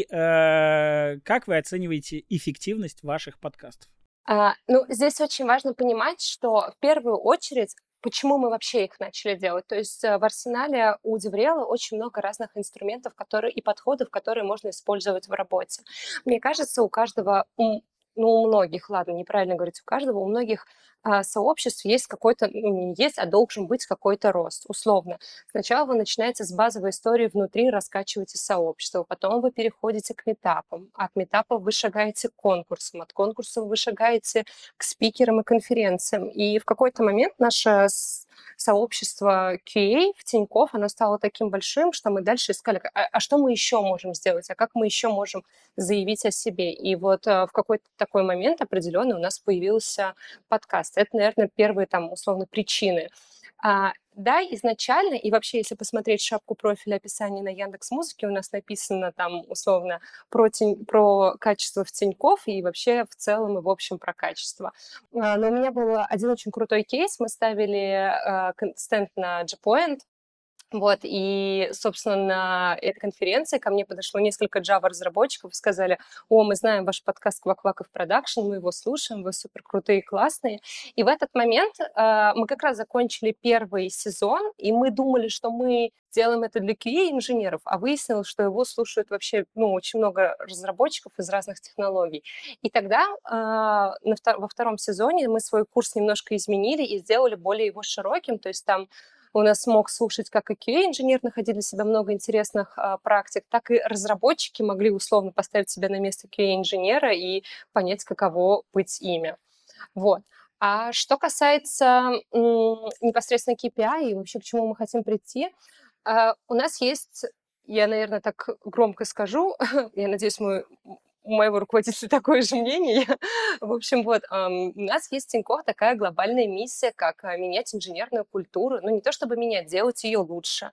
Speaker 1: э, как вы оцениваете эффективность ваших подкастов?
Speaker 3: А, ну, здесь очень важно понимать, что в первую очередь, почему мы вообще их начали делать. То есть э, в арсенале у Деврела очень много разных инструментов которые, и подходов, которые можно использовать в работе. Мне кажется, у каждого, у- ну, у многих, ладно, неправильно говорить у каждого, у многих а, сообществ есть какой-то, ну, не есть, а должен быть какой-то рост, условно. Сначала вы начинаете с базовой истории внутри, раскачиваете сообщество, потом вы переходите к метапам, от метапов вы шагаете к конкурсам, от конкурсов вы шагаете к спикерам и конференциям. И в какой-то момент наше с- сообщество кью эй в Тинькофф, оно стало таким большим, что мы дальше искали, а, а что мы еще можем сделать, а как мы еще можем заявить о себе. И вот э, в какой-то такой момент определенный у нас появился подкаст. Это, наверное, первые там условно причины. А, да, изначально, и вообще, если посмотреть шапку профиля описания на Яндекс.Музыке, у нас написано там условно про, тень, про качество в Тинькофф и вообще в целом и в общем про качество. А, но у меня был один очень крутой кейс. Мы ставили а, кон- стенд на JPoint, вот, и, собственно, на этой конференции ко мне подошло несколько Java-разработчиков и сказали: о, мы знаем ваш подкаст «Квак-Кваков Продакшн», мы его слушаем, вы супер крутые и классные. И в этот момент э, мы как раз закончили первый сезон, и мы думали, что мы делаем это для кью эй-инженеров, а выяснилось, что его слушают вообще, ну, очень много разработчиков из разных технологий. И тогда э, на втор- во втором сезоне мы свой курс немножко изменили и сделали более его широким, то есть там у нас мог слушать как и кью эй-инженер, находить для себя много интересных а, практик, так и разработчики могли условно поставить себя на место кью эй-инженера и понять, каково быть ими. Вот. А что касается м, непосредственно кей пи ай и вообще к чему мы хотим прийти, а, у нас есть, я, наверное, так громко скажу, я надеюсь, мой, у моего руководителя такое же мнение. В общем, вот, ам, у нас есть в Тинькофф такая глобальная миссия, как а, менять инженерную культуру. Ну, не то чтобы менять, делать ее лучше.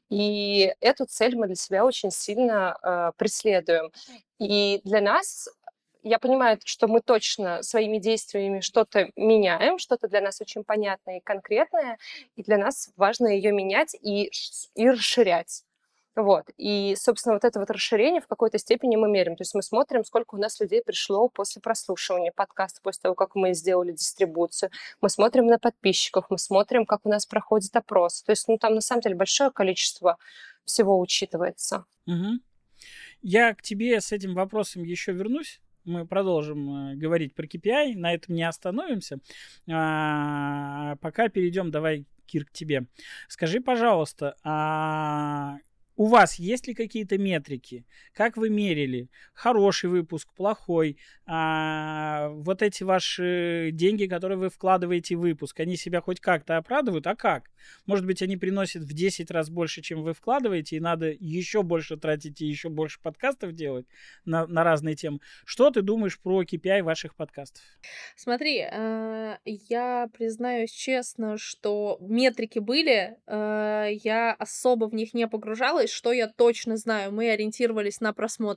Speaker 3: И эту цель мы для себя очень сильно а, преследуем. И для нас я понимаю, что мы точно своими действиями что-то меняем, что-то для нас очень понятное и конкретное, и для нас важно ее менять и, ш- и расширять. Вот. И, собственно, вот это вот расширение в какой-то степени мы меряем. То есть мы смотрим, сколько у нас людей пришло после прослушивания подкаста, после того, как мы сделали дистрибуцию. Мы смотрим на подписчиков, мы смотрим, как у нас проходит опрос. То есть, ну, там на самом деле большое количество всего учитывается.
Speaker 1: Мгм. Я к тебе с этим вопросом еще вернусь. Мы продолжим э, говорить про кей пи ай, на этом не остановимся. А, пока перейдем, давай, Кир, к тебе. Скажи, пожалуйста, а у вас есть ли какие-то метрики? Как вы мерили? Хороший выпуск, плохой? А, вот эти ваши деньги, которые вы вкладываете в выпуск, они себя хоть как-то оправдывают? А как? Может быть, они приносят в десять раз больше, чем вы вкладываете, и надо еще больше тратить и еще больше подкастов делать на, на разные темы. Что ты думаешь про кей пи ай ваших подкастов?
Speaker 2: Смотри, э, я признаюсь честно, что метрики были, э, я особо в них не погружалась. Что я точно знаю, мы ориентировались на просмотры.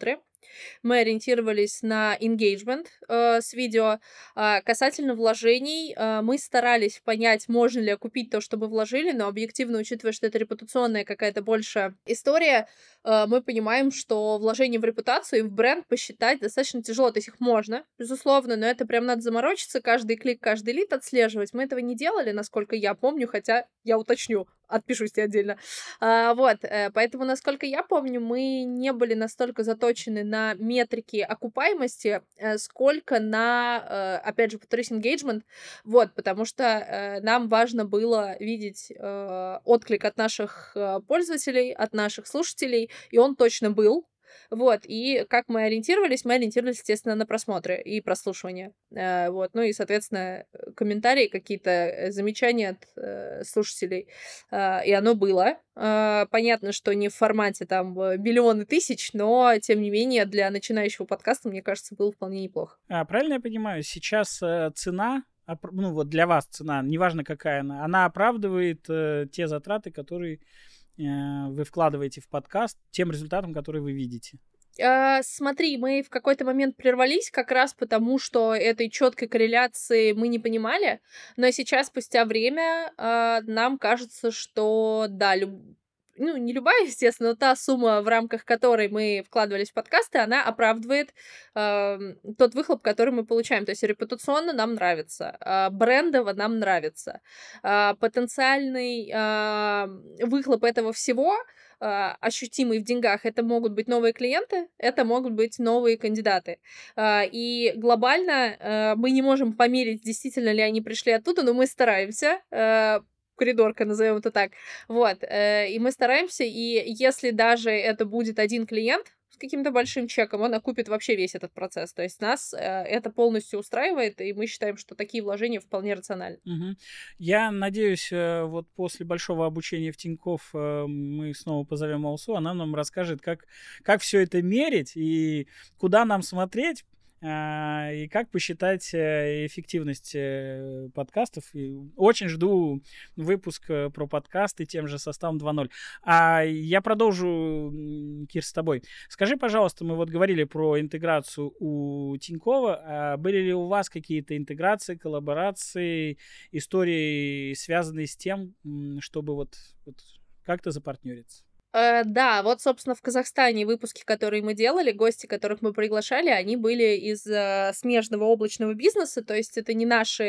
Speaker 2: Мы ориентировались на engagement э, с видео. А касательно вложений, э, мы старались понять, можно ли окупить то, что мы вложили, но объективно, учитывая, что это репутационная какая-то больше история, э, мы понимаем, что вложение в репутацию и в бренд посчитать достаточно тяжело. То есть их можно, безусловно, но это прям надо заморочиться, каждый клик, каждый лид отслеживать. Мы этого не делали, насколько я помню, хотя я уточню, отпишусь тебе отдельно. А, вот, э, поэтому, насколько я помню, мы не были настолько заточены на метрики окупаемости, э, сколько на, э, опять же, повторюсь, engagement, вот, потому что э, нам важно было видеть э, отклик от наших э, пользователей, от наших слушателей, и он точно был. Вот, и как мы ориентировались? Мы ориентировались, естественно, на просмотры и прослушивания. Э, вот, ну и, соответственно, э, комментарии, какие-то э, замечания от э, слушателей. Э, и оно было. Э, понятно, что не в формате там э, миллионы тысяч, но, тем не менее, для начинающего подкаста, мне кажется, было вполне неплохо.
Speaker 1: А, правильно я понимаю, сейчас э, цена, опр- ну вот для вас цена, неважно какая она, она оправдывает э, те затраты, которые э, вы вкладываете в подкаст, тем результатом, который вы видите?
Speaker 2: Э, смотри, мы в какой-то момент прервались как раз потому, что этой четкой корреляции мы не понимали, но сейчас, спустя время, э, нам кажется, что да, люб- ну, не любая, естественно, но та сумма, в рамках которой мы вкладывались в подкасты, она оправдывает э, тот выхлоп, который мы получаем. То есть репутационно нам нравится, э, брендово нам нравится. Э, потенциальный э, выхлоп этого всего э, ощутимый в деньгах, это могут быть новые клиенты, это могут быть новые кандидаты. Э, и глобально э, мы не можем померить, действительно ли они пришли оттуда, но мы стараемся. Э, коридорка, назовем это так. Вот. э, И мы стараемся, и если даже это будет один клиент с каким-то большим чеком, он окупит вообще весь этот процесс. То есть нас э, это полностью устраивает, и мы считаем, что такие вложения вполне рациональны.
Speaker 1: Мгм. Я надеюсь, э, вот после большого обучения в Тинькофф э, мы снова позовем Алсу, она нам расскажет, как, как все это мерить и куда нам смотреть, а, и как посчитать э, эффективность э, подкастов. И очень жду выпуск э, про подкасты тем же составом два ноль. А я продолжу, м, Кир, с тобой. Скажи, пожалуйста, мы вот говорили про интеграцию у Тинькова. А были ли у вас какие-то интеграции, коллаборации, истории, связанные с тем, м, чтобы вот, вот как-то запартнериться?
Speaker 2: Э, да, вот, собственно, в Казахстане выпуски, которые мы делали, гости, которых мы приглашали, они были из э, смежного облачного бизнеса, то есть это не наши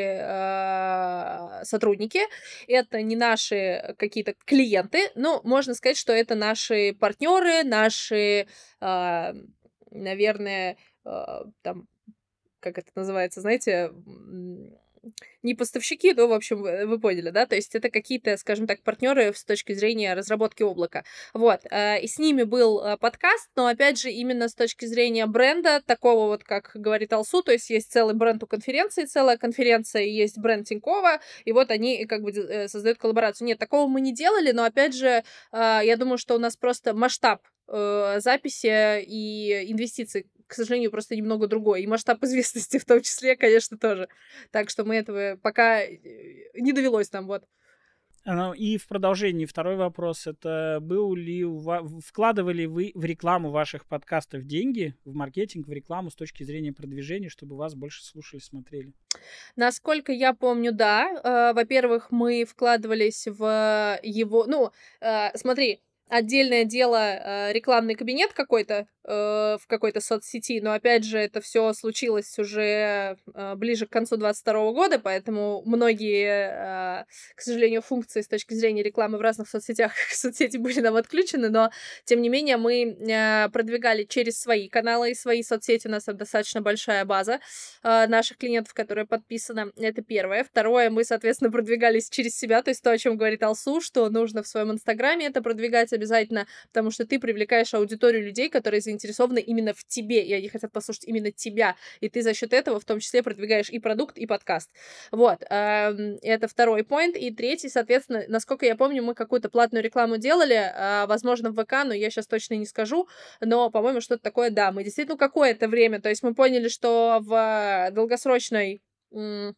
Speaker 2: э, сотрудники, это не наши какие-то клиенты, ну, можно сказать, что это наши партнеры, наши, э, наверное, э, там, как это называется, знаете, м, не поставщики, но, в общем, вы вы поняли, да? То есть это какие-то, скажем так, партнеры с точки зрения разработки облака. Вот. э, И с ними был э, подкаст, но, опять же, именно с точки зрения бренда, такого вот, как говорит Алсу, то есть есть целый бренд у конференции, целая конференция, и есть бренд Тинькова, и вот они как бы э, создают коллаборацию. Нет, такого мы не делали, но, опять же, э, я думаю, что у нас просто масштаб э, записи и инвестиций, к сожалению, просто немного другой. И масштаб известности в том числе, конечно, тоже. Так что мы этого пока э, не довелось нам, вот.
Speaker 1: А, ну, и в продолжении второй вопрос. Это был ли у ва- в- вкладывали вы в рекламу ваших подкастов деньги, в маркетинг, в рекламу с точки зрения продвижения, чтобы вас больше слушали, смотрели?
Speaker 2: Насколько я помню, да. Э, Во-первых, мы вкладывались в его... Ну, э, смотри, отдельное дело э, рекламный кабинет какой-то э, в какой-то соцсети, но, опять же, это все случилось уже э, ближе к концу двадцать второго года, поэтому многие, э, к сожалению, функции с точки зрения рекламы в разных соцсетях, соцсети были нам отключены, но, тем не менее, мы э, продвигали через свои каналы и свои соцсети, у нас там достаточно большая база э, наших клиентов, которая подписана. Это первое. Второе, мы, соответственно, продвигались через себя, то есть то, о чем говорит Алсу, что нужно в своем инстаграме это продвигать обязательно, потому что ты привлекаешь аудиторию людей, которые заинтересованы именно в тебе, и они хотят послушать именно тебя, и ты за счет этого в том числе продвигаешь и продукт, и подкаст. Вот, эм, это второй поинт. И третий, соответственно, насколько я помню, мы какую-то платную рекламу делали, э, возможно, в ВК, но я сейчас точно не скажу, но, по-моему, что-то такое, да, мы действительно ну, какое-то время, то есть мы поняли, что в долгосрочной м,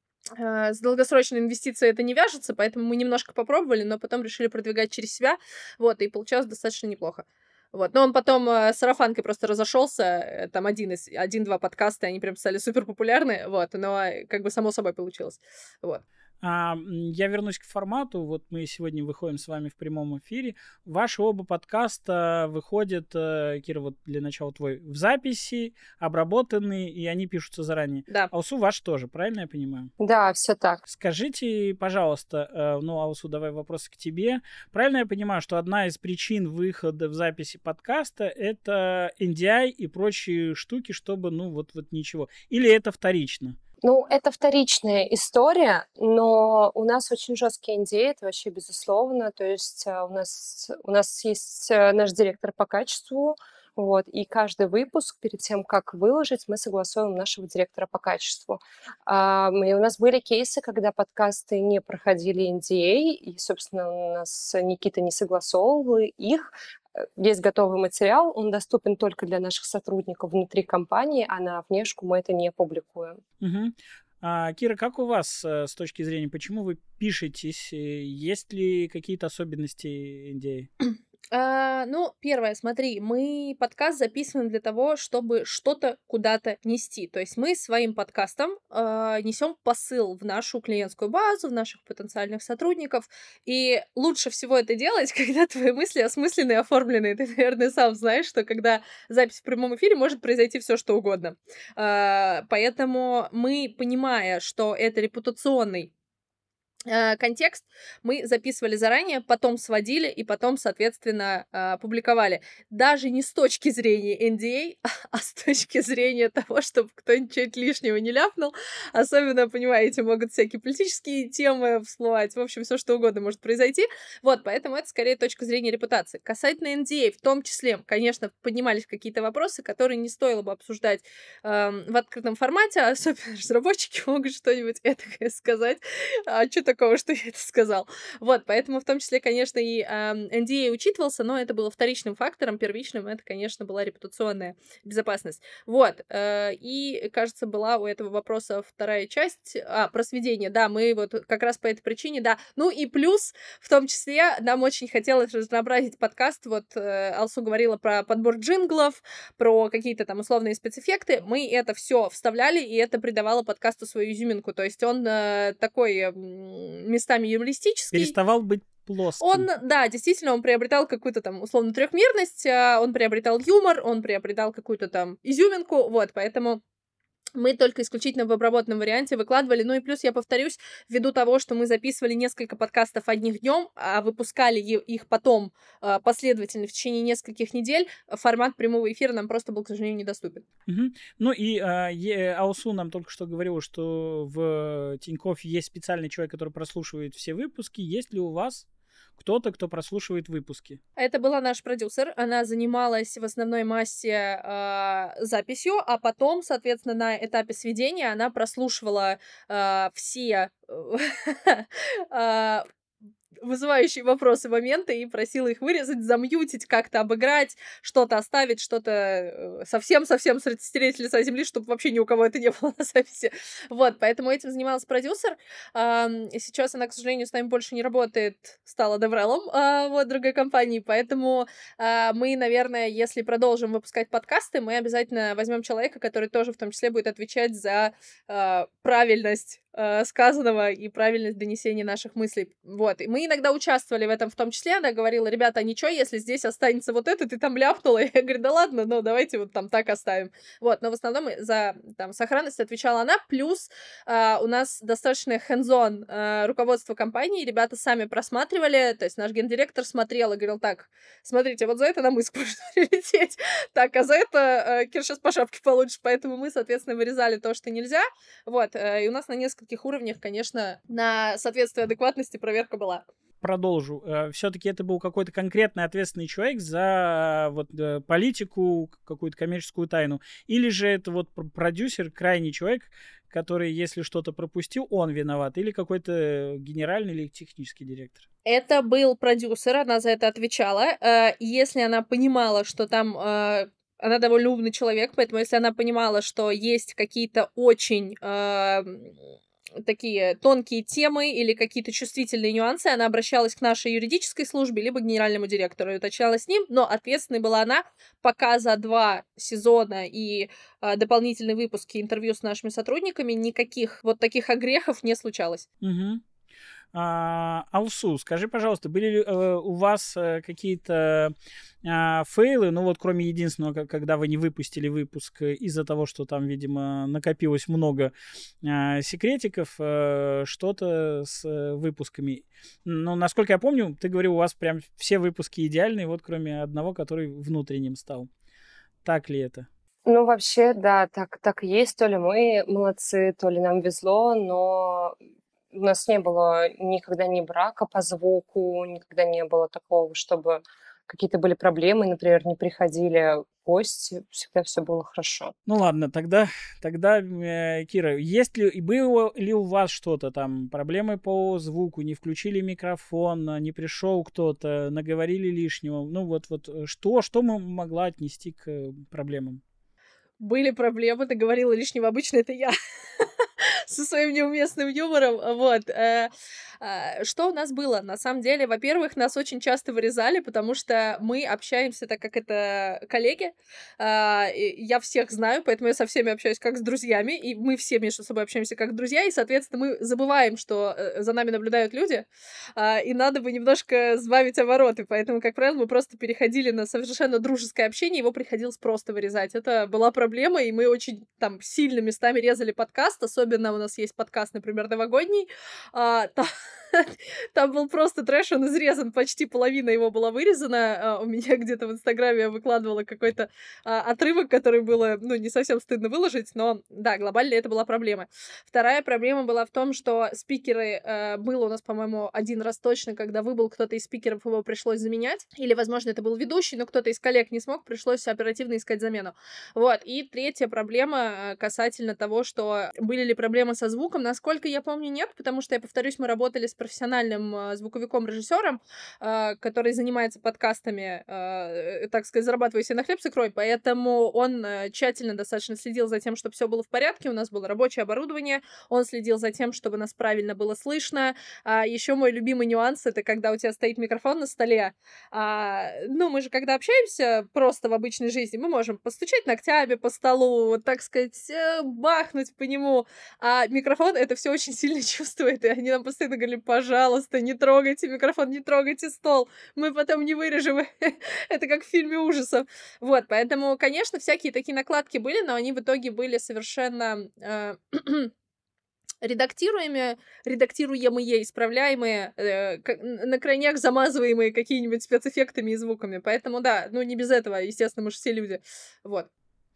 Speaker 2: э, с долгосрочной инвестицией это не вяжется, поэтому мы немножко попробовали, но потом решили продвигать через себя, вот, и получалось достаточно неплохо. Вот. Но он потом э, с сарафанкой просто разошелся, э, там один из, один-два подкаста, они прям стали супер популярны, вот, но э, как бы само собой получилось, вот.
Speaker 1: А, м, я вернусь к формату. Вот мы сегодня выходим с вами в прямом эфире. Ваши оба подкаста выходят, э, Кира, вот для начала твой, в записи, обработанные, и они пишутся заранее.
Speaker 2: Да.
Speaker 1: Алсу ваш тоже, правильно я понимаю?
Speaker 3: Да, все так.
Speaker 1: Скажите, пожалуйста, э, ну, Алсу, давай вопрос к тебе. Правильно я понимаю, что одна из причин выхода в записи подкаста — это эн ди ай и прочие штуки, чтобы, ну, вот, вот ничего? Или это вторично?
Speaker 3: Ну, это вторичная история, но у нас очень жесткий эн ди эй, это вообще безусловно. То есть а, у нас, у нас есть а, наш директор по качеству, вот, и каждый выпуск, перед тем, как выложить, мы согласуем нашего директора по качеству. А, и у нас были кейсы, когда подкасты не проходили эн ди эй, и, собственно, у нас Никита не согласовывал их. Есть готовый материал, он доступен только для наших сотрудников внутри компании, а на внешку мы это не публикуем.
Speaker 1: Угу. А, Кира, как у вас э, с точки зрения, почему вы пишетесь? Э, Есть ли какие-то особенности эн ди эй?
Speaker 2: А, ну, первое, смотри, мы подкаст записываем для того, чтобы что-то куда-то нести. То есть мы своим подкастом а, несем посыл в нашу клиентскую базу, в наших потенциальных сотрудников. И лучше всего это делать, когда твои мысли осмысленные, оформленные. Ты, наверное, сам знаешь, что когда запись в прямом эфире, может произойти все что угодно. А, поэтому мы, понимая, что это репутационный э, контекст, мы записывали заранее, потом сводили и потом, соответственно, э, публиковали. Даже не с точки зрения эн ди эй, а с точки зрения того, чтобы кто-нибудь что-нибудь лишнего не ляпнул. Особенно, понимаете, могут всякие политические темы всплывать. В общем, все что угодно может произойти. Вот, поэтому это скорее точка зрения репутации. Касательно эн ди эй, в том числе, конечно, поднимались какие-то вопросы, которые не стоило бы обсуждать э, в открытом формате, а особенно разработчики могут что-нибудь этакое сказать. А что такого, что я это сказал? Вот, поэтому в том числе, конечно, и э, эн ди эй учитывался, но это было вторичным фактором, первичным это, конечно, была репутационная безопасность. Вот, э, и, кажется, была у этого вопроса вторая часть, а, про сведение, да, мы вот как раз по этой причине, да, ну и плюс, в том числе, нам очень хотелось разнообразить подкаст, вот э, Алсу говорила про подбор джинглов, про какие-то там условные спецэффекты, мы это все вставляли, и это придавало подкасту свою изюминку, то есть он э, такой э, местами юмористический.
Speaker 1: Переставал быть плоским.
Speaker 2: Он, да, действительно, он приобретал какую-то там условно трехмерность, он приобретал юмор, он приобретал какую-то там изюминку, вот, поэтому мы только исключительно в обработанном варианте выкладывали. Ну и плюс, я повторюсь, ввиду того, что мы записывали несколько подкастов одних днем, а выпускали их потом последовательно в течение нескольких недель, формат прямого эфира нам просто был, к сожалению, недоступен.
Speaker 1: Угу. Ну и э, Алсу нам только что говорила, что в Тинькофф есть специальный человек, который прослушивает все выпуски. Есть ли у вас кто-то, кто прослушивает выпуски?
Speaker 2: Это была наш продюсер. Она занималась в основной массе э, записью, а потом, соответственно, на этапе сведения она прослушивала э, все э, вызывающие вопросы моменты и просила их вырезать, замьютить, как-то обыграть, что-то оставить, что-то совсем-совсем стереть с лица земли, чтобы вообще ни у кого это не было на записи. Вот, поэтому этим занималась продюсер. Сейчас она, к сожалению, с нами больше не работает, стала деврелом вот, другой компании, поэтому мы, наверное, если продолжим выпускать подкасты, мы обязательно возьмем человека, который тоже в том числе будет отвечать за правильность сказанного и правильность донесения наших мыслей. Вот. И мы иногда участвовали в этом в том числе. Она говорила: ребята, ничего, если здесь останется вот это, ты там ляпнула. Я говорю: да ладно, ну давайте вот там так оставим. Вот. Но в основном за там, сохранность отвечала она. Плюс э, у нас достаточно hands-on э, руководство компании. Ребята сами просматривали. То есть наш гендиректор смотрел и говорил: так, смотрите, вот за это нам иск может прилететь. Так, а за это э, Кир сейчас по шапке получишь. Поэтому мы, соответственно, вырезали то, что нельзя. Вот. Э, и у нас на несколько уровнях, конечно, на соответствие адекватности проверка была.
Speaker 1: Продолжу. Все-таки это был какой-то конкретный ответственный человек за вот политику, какую-то коммерческую тайну. Или же это вот продюсер, крайний человек, который, если что-то пропустил, он виноват. Или какой-то генеральный или технический директор.
Speaker 2: Это был продюсер, она за это отвечала. Если она понимала, что там... Она довольно умный человек, поэтому если она понимала, что есть какие-то очень... такие тонкие темы или какие-то чувствительные нюансы, она обращалась к нашей юридической службе, либо к генеральному директору и уточняла с ним, но ответственной была она, пока за два сезона и а, дополнительные выпуски интервью с нашими сотрудниками никаких вот таких огрехов не случалось.
Speaker 1: Мгм. А, Алсу, скажи, пожалуйста, были ли э, у вас э, какие-то а, фейлы, ну вот кроме единственного, ко- когда вы не выпустили выпуск э, из-за того, что там, видимо, накопилось много а, секретиков, э, что-то с э, выпусками. Ну, насколько я помню, ты говорил, у вас прям все выпуски идеальные, вот кроме одного, который внутренним стал. Так ли это?
Speaker 3: Ну, вообще, да, так, так и есть. То ли мы молодцы, то ли нам везло, но у нас не было никогда ни брака по звуку, никогда не было такого, чтобы какие-то были проблемы, например, не приходили гости, всегда все было хорошо.
Speaker 1: Ну ладно, тогда, тогда, э, Кира, есть ли, и было ли у вас что-то там, проблемы по звуку, не включили микрофон, а, не пришел кто-то, наговорили лишнего, ну вот, вот, э, что, что мы могла отнести к э, проблемам?
Speaker 2: Были проблемы, ты говорила лишнего, обычно это я со своим неуместным юмором. Вот. э, а, Что у нас было? На самом деле, во-первых, нас очень часто вырезали, потому что мы общаемся, так как это коллеги. А, и Я всех знаю, поэтому я со всеми общаюсь как с друзьями, и мы все между собой общаемся как друзья, и, соответственно, мы забываем, что э, за нами наблюдают люди, а, и надо бы немножко сбавить обороты, поэтому, как правило, мы просто переходили на совершенно дружеское общение, его приходилось просто вырезать. Это была проблема, и мы очень там сильно местами резали подкаст, особенно у нас есть подкаст, например, новогодний, а, та- там был просто трэш, он изрезан, почти половина его была вырезана. А, У меня где-то в Инстаграме я выкладывала какой-то а, отрывок, который было, ну, не совсем стыдно выложить, но, да, глобально это была проблема. Вторая проблема была в том, что спикеры, э, было у нас, по-моему, один раз точно, когда выбыл кто-то из спикеров, его пришлось заменять, или, возможно, это был ведущий, но кто-то из коллег не смог, пришлось оперативно искать замену. Вот, и третья проблема э, касательно того, что были ли проблемы со звуком, насколько я помню, нет, потому что, я повторюсь, мы работали с профессиональным э, звуковиком-режиссером, э, который занимается подкастами, э, так сказать, зарабатывая себе на хлеб с икрой, поэтому он э, тщательно достаточно следил за тем, чтобы все было в порядке, у нас было рабочее оборудование, он следил за тем, чтобы нас правильно было слышно. А еще мой любимый нюанс — это когда у тебя стоит микрофон на столе. А, ну, мы же, когда общаемся просто в обычной жизни, мы можем постучать ногтями по столу, вот так сказать, э, бахнуть по нему. А микрофон это все очень сильно чувствует, и они нам постоянно говорили: пожалуйста, не трогайте микрофон, не трогайте стол, мы потом не вырежем. Это как в фильме ужасов. Вот, поэтому, конечно, всякие такие накладки были, но они в итоге были совершенно э, редактируемые, редактируемые, исправляемые, э, к- н- на крайняк замазываемые какими-нибудь спецэффектами и звуками. Поэтому да, ну не без этого, естественно, мы же все люди. Вот.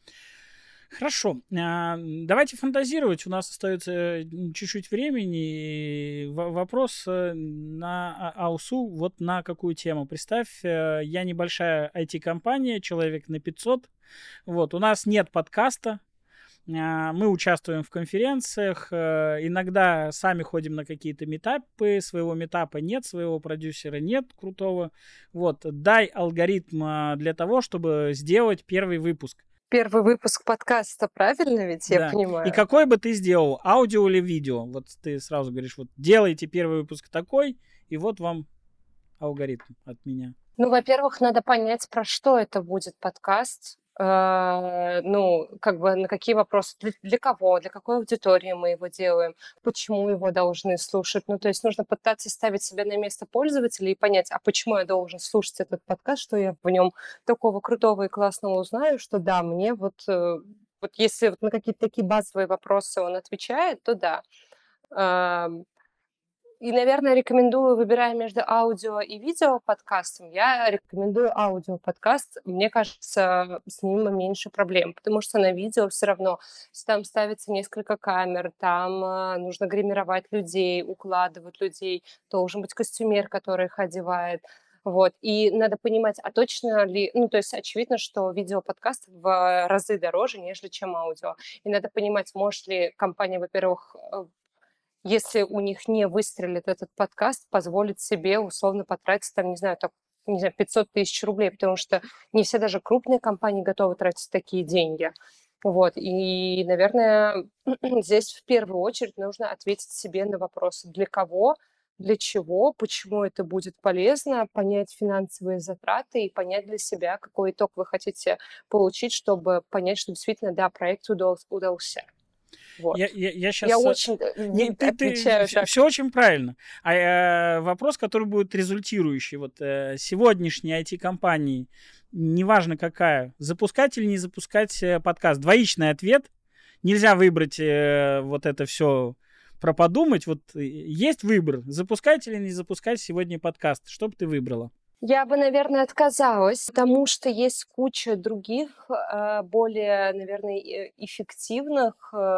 Speaker 1: Хорошо, а, давайте фантазировать, у нас остается э, чуть-чуть времени. И во- Вопрос э, на А- Аусу, вот на какую тему? Представь, э, я небольшая ай ти-компания, человек на пятьсот, вот, у нас нет подкаста, а, мы участвуем в конференциях, э, иногда сами ходим на какие-то митапы, своего митапа нет, своего продюсера нет крутого. Вот, дай алгоритм а, для того, чтобы сделать первый выпуск.
Speaker 3: Первый выпуск подкаста, правильно ведь я
Speaker 1: Да. И
Speaker 3: понимаю?
Speaker 1: какой бы ты сделал, аудио или видео? Вот ты сразу говоришь, вот делайте первый выпуск такой, и вот вам алгоритм от меня.
Speaker 3: Ну, во-первых, надо понять, про что это будет подкаст. Э, Ну, как бы на какие вопросы, для, для кого, для какой аудитории мы его делаем, почему его должны слушать. Ну, то есть нужно пытаться ставить себя на место пользователя и понять, а почему я должен слушать этот подкаст, что я в нем такого крутого и классного узнаю, что да, мне вот, э, вот если вот на какие-то такие базовые вопросы он отвечает, то да. Ам, И, наверное, рекомендую, выбирая между аудио и видео подкастом, я рекомендую аудио подкаст. Мне кажется, с ним меньше проблем, потому что на видео все равно там ставится несколько камер, там а, нужно гримировать людей, укладывать людей, должен быть костюмер, который их одевает. Вот. И надо понимать, а точно ли... Ну, то есть очевидно, что видеоподкаст в разы дороже, нежели чем аудио. И надо понимать, может ли компания, во-первых, э, если у них не выстрелит этот подкаст, позволить себе условно потратить, там, не знаю, так, не знаю, пятьсот тысяч рублей, потому что не все даже крупные компании готовы тратить такие деньги. Вот, и, наверное, здесь в первую очередь нужно ответить себе на вопрос, для кого, для чего, почему это будет полезно, понять финансовые затраты и понять для себя, какой итог вы хотите получить, чтобы понять, что действительно, да, проект удался. удался. Вот.
Speaker 1: Я, я, я
Speaker 3: Я
Speaker 1: сейчас...
Speaker 3: очень э,
Speaker 1: Не,
Speaker 3: ви-
Speaker 1: ты, ты,
Speaker 3: отвечаю
Speaker 1: все,
Speaker 3: так.
Speaker 1: очень правильно. А э, вопрос, который будет результирующий. Вот э, сегодняшние ай ти-компании, неважно какая, запускать или не запускать э, подкаст. Двоичный ответ. Нельзя выбрать э, вот это все про подумать. Вот э, есть выбор. Запускать или не запускать сегодня подкаст. Что бы ты выбрала?
Speaker 3: Я бы, наверное, отказалась, потому что есть куча других, э, более, наверное, э, эффективных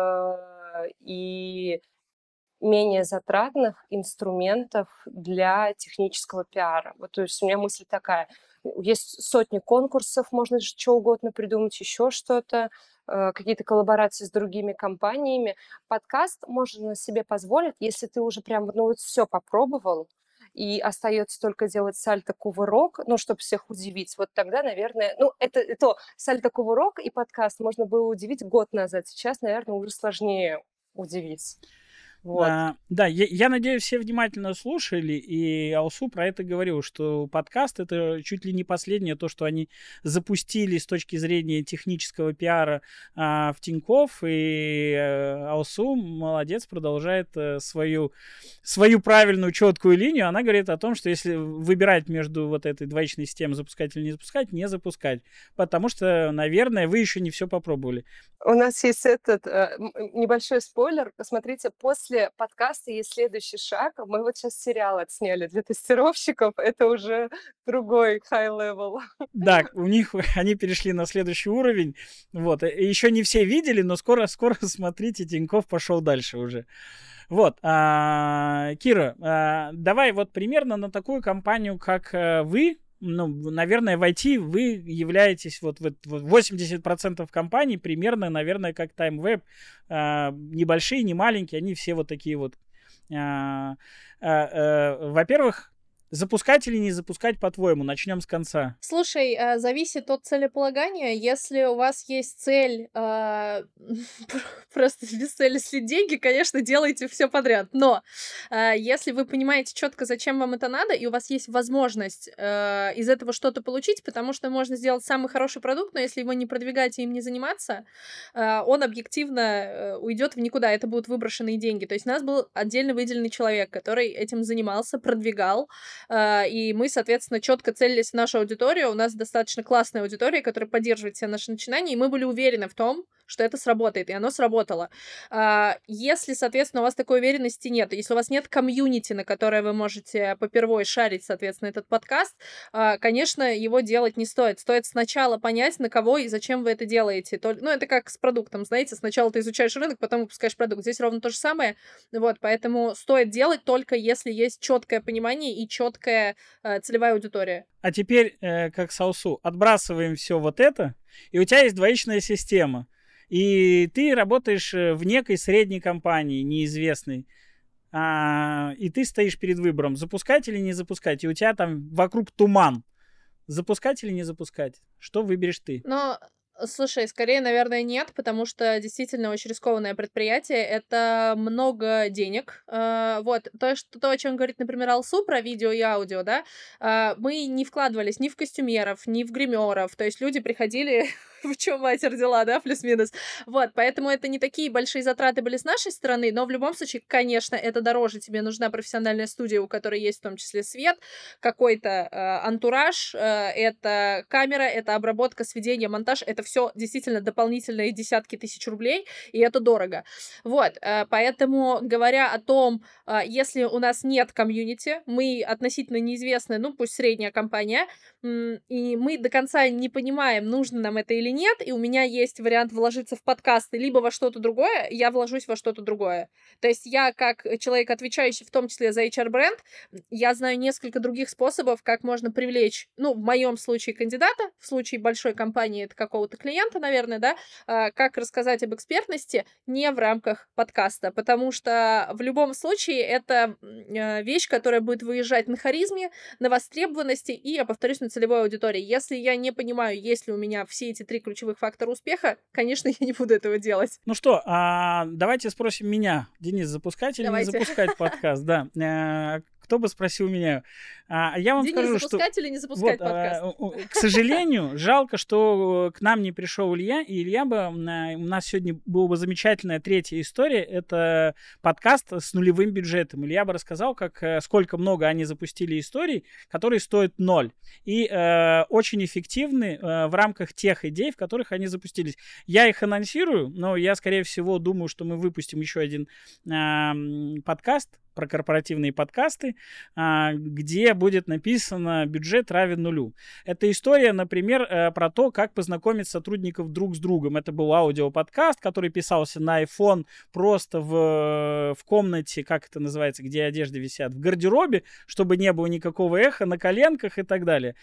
Speaker 3: э, и менее затратных инструментов для технического пиара. Вот, то есть у меня мысль такая. Есть сотни конкурсов, можно что угодно придумать, еще что-то, э, какие-то коллаборации с другими компаниями. Подкаст можно себе позволить, если ты уже прям, ну, вот все попробовал, и остается только делать сальто-кувырок, ну, чтобы всех удивить. Вот тогда, наверное, ну, это и то, сальто-кувырок и подкаст можно было удивить год назад. Сейчас, наверное, уже сложнее удивить. Вот.
Speaker 1: А, да, я, я надеюсь, все внимательно слушали, и Алсу про это говорил, что подкаст — это чуть ли не последнее то, что они запустили с точки зрения технического пиара а, в Тинькофф, и а, Алсу молодец, продолжает а, свою, свою правильную, четкую линию. Она говорит о том, что если выбирать между вот этой двоичной системой запускать или не запускать, не запускать, потому что, наверное, вы еще не все попробовали.
Speaker 3: У нас есть этот э, небольшой спойлер. Посмотрите, после подкаста есть следующий шаг. Мы вот сейчас сериал отсняли для тестировщиков. Это уже другой high-level.
Speaker 1: Да, у них они перешли на следующий уровень. Вот. Еще не все видели, но скоро, скоро смотрите, Тинькофф пошел дальше уже. Вот. А, Кира, а, давай вот примерно на такую компанию, как вы, ну, наверное, в ай ти вы являетесь вот, вот, вот восемьдесят процентов компаний примерно, наверное, как TimeWeb. А, небольшие, не маленькие, они все вот такие вот. А, а, а, во-первых, запускать или не запускать, по-твоему? Начнем с конца.
Speaker 2: Слушай, э, зависит от целеполагания. Если у вас есть цель э, просто без цели слить деньги, конечно, делайте все подряд. Но э, если вы понимаете четко, зачем вам это надо, и у вас есть возможность э, из этого что-то получить, потому что можно сделать самый хороший продукт, но если его не продвигать и им не заниматься, э, он объективно э, уйдет в никуда. Это будут выброшенные деньги. То есть у нас был отдельно выделенный человек, который этим занимался, продвигал. И мы, соответственно, четко целились в нашу аудиторию. У нас достаточно классная аудитория, которая поддерживает все наши начинания, и мы были уверены в том, что это сработает, и оно сработало. Если, соответственно, у вас такой уверенности нет, если у вас нет комьюнити, на которое вы можете попервой шарить, соответственно, этот подкаст, конечно, его делать не стоит. Стоит сначала понять, на кого и зачем вы это делаете. Ну, это как с продуктом, знаете, сначала ты изучаешь рынок, потом выпускаешь продукт. Здесь ровно то же самое. Вот, поэтому стоит делать только если есть четкое понимание и четкая э, целевая аудитория.
Speaker 1: А теперь, э, как Салсу, отбрасываем все вот это, и у тебя есть двоичная система. И ты работаешь в некой средней компании, неизвестной. А, и ты стоишь перед выбором, запускать или не запускать. И у тебя там вокруг туман. Запускать или не запускать? Что выберешь ты?
Speaker 2: Но, слушай, скорее, наверное, нет, потому что действительно очень рискованное предприятие. Это много денег. Uh, вот, то, что, то, о чем говорит, например, Алсу про видео и аудио, да, uh, мы не вкладывались ни в костюмеров, ни в гримеров. То есть люди приходили... в чем мать родила, да, плюс-минус. Вот, поэтому это не такие большие затраты были с нашей стороны, но в любом случае, конечно, это дороже. Тебе нужна профессиональная студия, у которой есть в том числе свет, какой-то э, антураж, э, это камера, это обработка, сведение, монтаж, это все действительно дополнительные десятки тысяч рублей, и это дорого. Вот, э, поэтому, говоря о том, э, если у нас нет комьюнити, мы относительно неизвестная, ну, пусть средняя компания, э, и мы до конца не понимаем, нужно нам это или нет, и у меня есть вариант вложиться в подкасты либо во что-то другое, я вложусь во что-то другое. То есть я, как человек, отвечающий в том числе за эйч ар-бренд, я знаю несколько других способов, как можно привлечь, ну, в моем случае кандидата, в случае большой компании это какого-то клиента, наверное, да, как рассказать об экспертности не в рамках подкаста, потому что в любом случае это вещь, которая будет выезжать на харизме, на востребованности и, я повторюсь, на целевой аудитории. Если я не понимаю, есть ли у меня все эти три ключевых фактора успеха, конечно, я не буду этого делать.
Speaker 1: Ну что, а, давайте спросим меня, Денис, запускать или
Speaker 2: Давайте.
Speaker 1: не запускать подкаст? Да. А, кто бы спросил меня? А, я вам
Speaker 2: Денис,
Speaker 1: скажу, что...
Speaker 2: запускать или не запускать
Speaker 1: Вот,
Speaker 2: подкаст?
Speaker 1: а, к сожалению, жалко, что к нам не пришел Илья, и Илья бы... У нас сегодня была бы замечательная третья история. Это подкаст с нулевым бюджетом. Илья бы рассказал, как, сколько много они запустили историй, которые стоят ноль. И э, очень эффективны э, в рамках тех идей, в которых они запустились. Я их анонсирую, но я, скорее всего, думаю, что мы выпустим еще один э, подкаст про корпоративные подкасты, где будет написано «бюджет равен нулю». Это история, например, про то, как познакомить сотрудников друг с другом. Это был аудиоподкаст, который писался на iPhone просто в, в комнате, как это называется, где одежды висят, в гардеробе, чтобы не было никакого эха на коленках и так далее.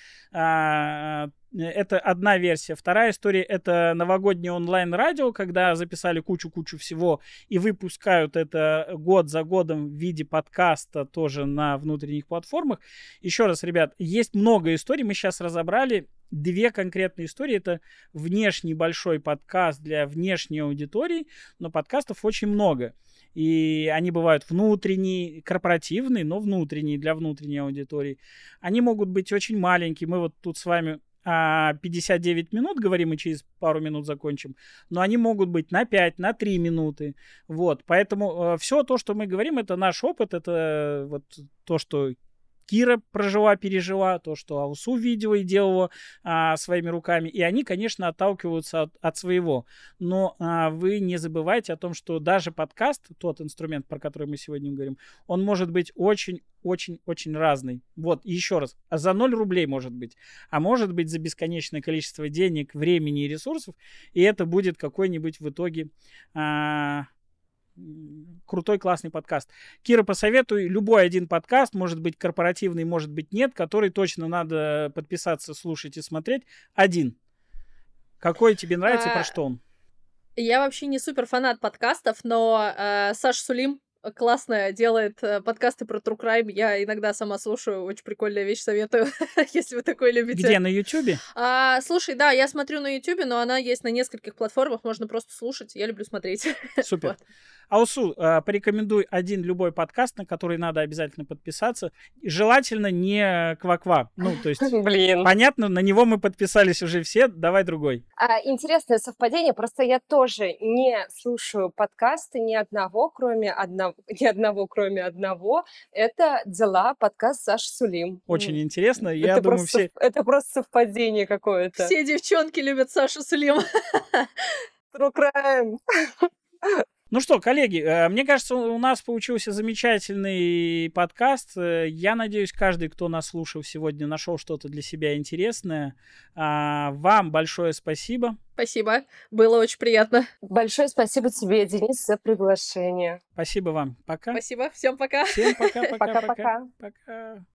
Speaker 1: Это одна версия. Вторая история — это новогоднее онлайн-радио, когда записали кучу-кучу всего и выпускают это год за годом в виде подкаста тоже на внутренних платформах. Еще раз, ребят, есть много историй. Мы сейчас разобрали две конкретные истории. Это внешний большой подкаст для внешней аудитории, но подкастов очень много. И они бывают внутренние, корпоративные, но внутренние, для внутренней аудитории. Они могут быть очень маленькие. Мы вот тут с вами пятьдесят девять минут говорим, и через пару минут закончим, но они могут быть на пять, на три минуты. Вот, поэтому э, все то, что мы говорим, это наш опыт, это вот то, что Кира прожила, пережила, то, что Алсу видела и делала а, своими руками. И они, конечно, отталкиваются от, от своего. Но а, вы не забывайте о том, что даже подкаст, тот инструмент, про который мы сегодня говорим, он может быть очень-очень-очень разный. Вот, еще раз. А за ноль рублей может быть. А может быть за бесконечное количество денег, времени и ресурсов. И это будет какой-нибудь в итоге... А, крутой, классный подкаст. Кира, посоветуй любой один подкаст, может быть корпоративный, может быть нет, который точно надо подписаться, слушать и смотреть. Один. Какой тебе нравится и про что он?
Speaker 2: Я вообще не супер фанат подкастов, но э, Саша Сулим классно делает э, подкасты про True Crime. Я иногда сама слушаю. Очень прикольная вещь, советую, если вы такое любите.
Speaker 1: Где, на Ютубе?
Speaker 2: А, слушай, да, я смотрю на Ютубе, но она есть на нескольких платформах, можно просто слушать. Я люблю смотреть.
Speaker 1: Супер.
Speaker 2: Вот.
Speaker 1: Алсу, э, порекомендуй один любой подкаст, на который надо обязательно подписаться. Желательно не Ква-Ква. Ну, то есть,
Speaker 3: Блин.
Speaker 1: понятно, на него мы подписались уже все. Давай другой.
Speaker 3: А, интересное совпадение, просто я тоже не слушаю подкасты ни одного, кроме одного, ни одного, кроме одного. Это «Дела», подкаст Саши Сулим.
Speaker 1: Очень
Speaker 3: М.
Speaker 1: интересно. Я
Speaker 3: Это
Speaker 1: думаю,
Speaker 3: просто,
Speaker 1: все...
Speaker 3: сов- это просто совпадение какое-то.
Speaker 2: Все девчонки любят Сашу Сулим.
Speaker 3: True Crime.
Speaker 1: Ну что, коллеги, э, мне кажется, у нас получился замечательный подкаст. Э, Я надеюсь, каждый, кто нас слушал сегодня, нашел что-то для себя интересное. А, Вам большое спасибо.
Speaker 2: Спасибо, было очень приятно.
Speaker 3: Большое спасибо тебе, Денис, за приглашение.
Speaker 1: Спасибо вам. Пока.
Speaker 2: Спасибо, всем пока.
Speaker 1: Всем пока-пока-пока.
Speaker 3: Пока-пока.
Speaker 1: Пока.